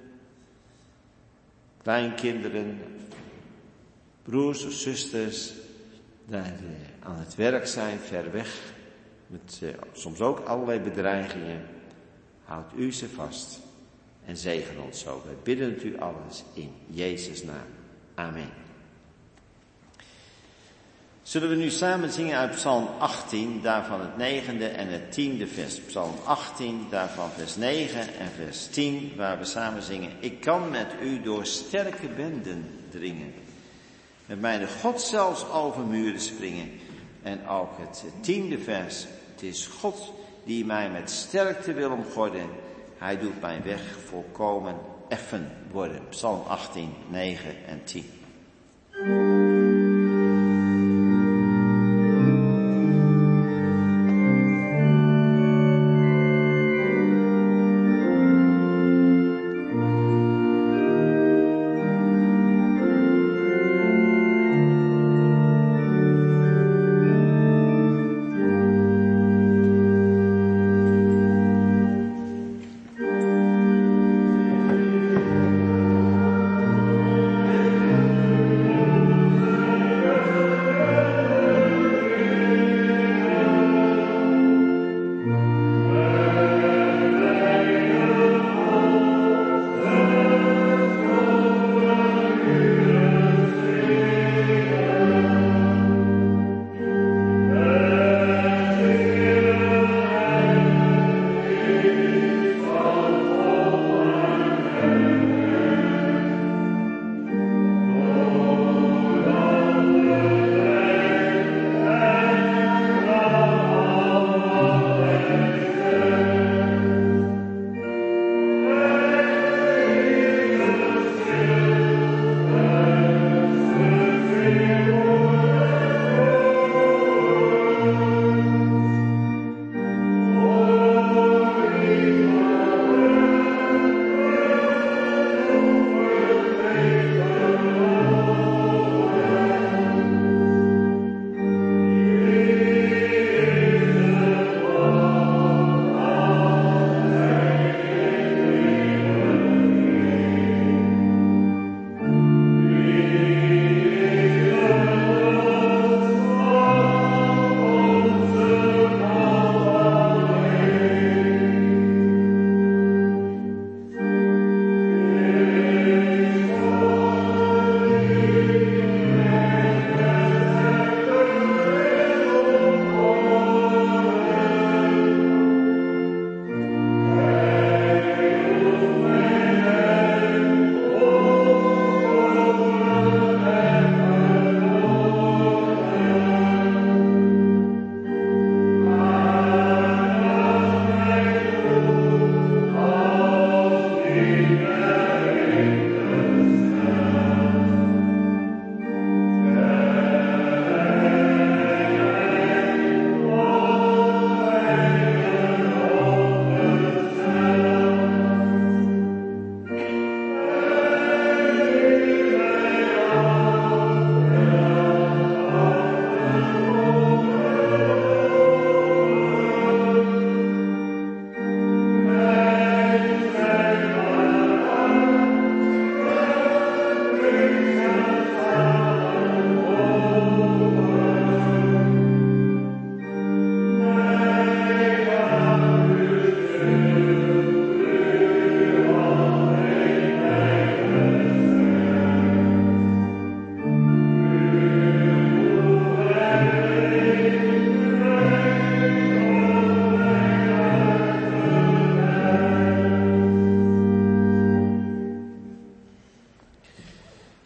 kleinkinderen, of broers of zusters, daar aan het werk zijn, ver weg, met uh, soms ook allerlei bedreigingen. Houd u ze vast en zegen ons zo. Wij bidden het u alles in Jezus' naam. Amen. Zullen we nu samen zingen uit Psalm achttien, daarvan het negende en het tiende vers. Psalm achttien, daarvan vers negen en vers tien, waar we samen zingen. Ik kan met u door sterke benden dringen. Met mijn God zelfs over muren springen. En ook het tiende vers. Het is God die mij met sterkte wil omgorden. Hij doet mijn weg volkomen effen worden. Psalm achttien, negen en tien.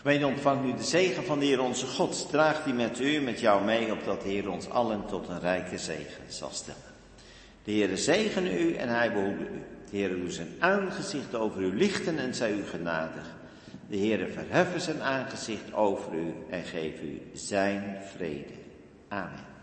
Gemeente, ontvangt nu de zegen van de Heer onze God. Draagt die met u, met jou mee, opdat de Heer ons allen tot een rijke zegen zal stellen. De Heer zegene u en hij behoede u. De Heer doet zijn aangezicht over u lichten en zij u genadig. De Heer verheffen zijn aangezicht over u en geef u zijn vrede. Amen.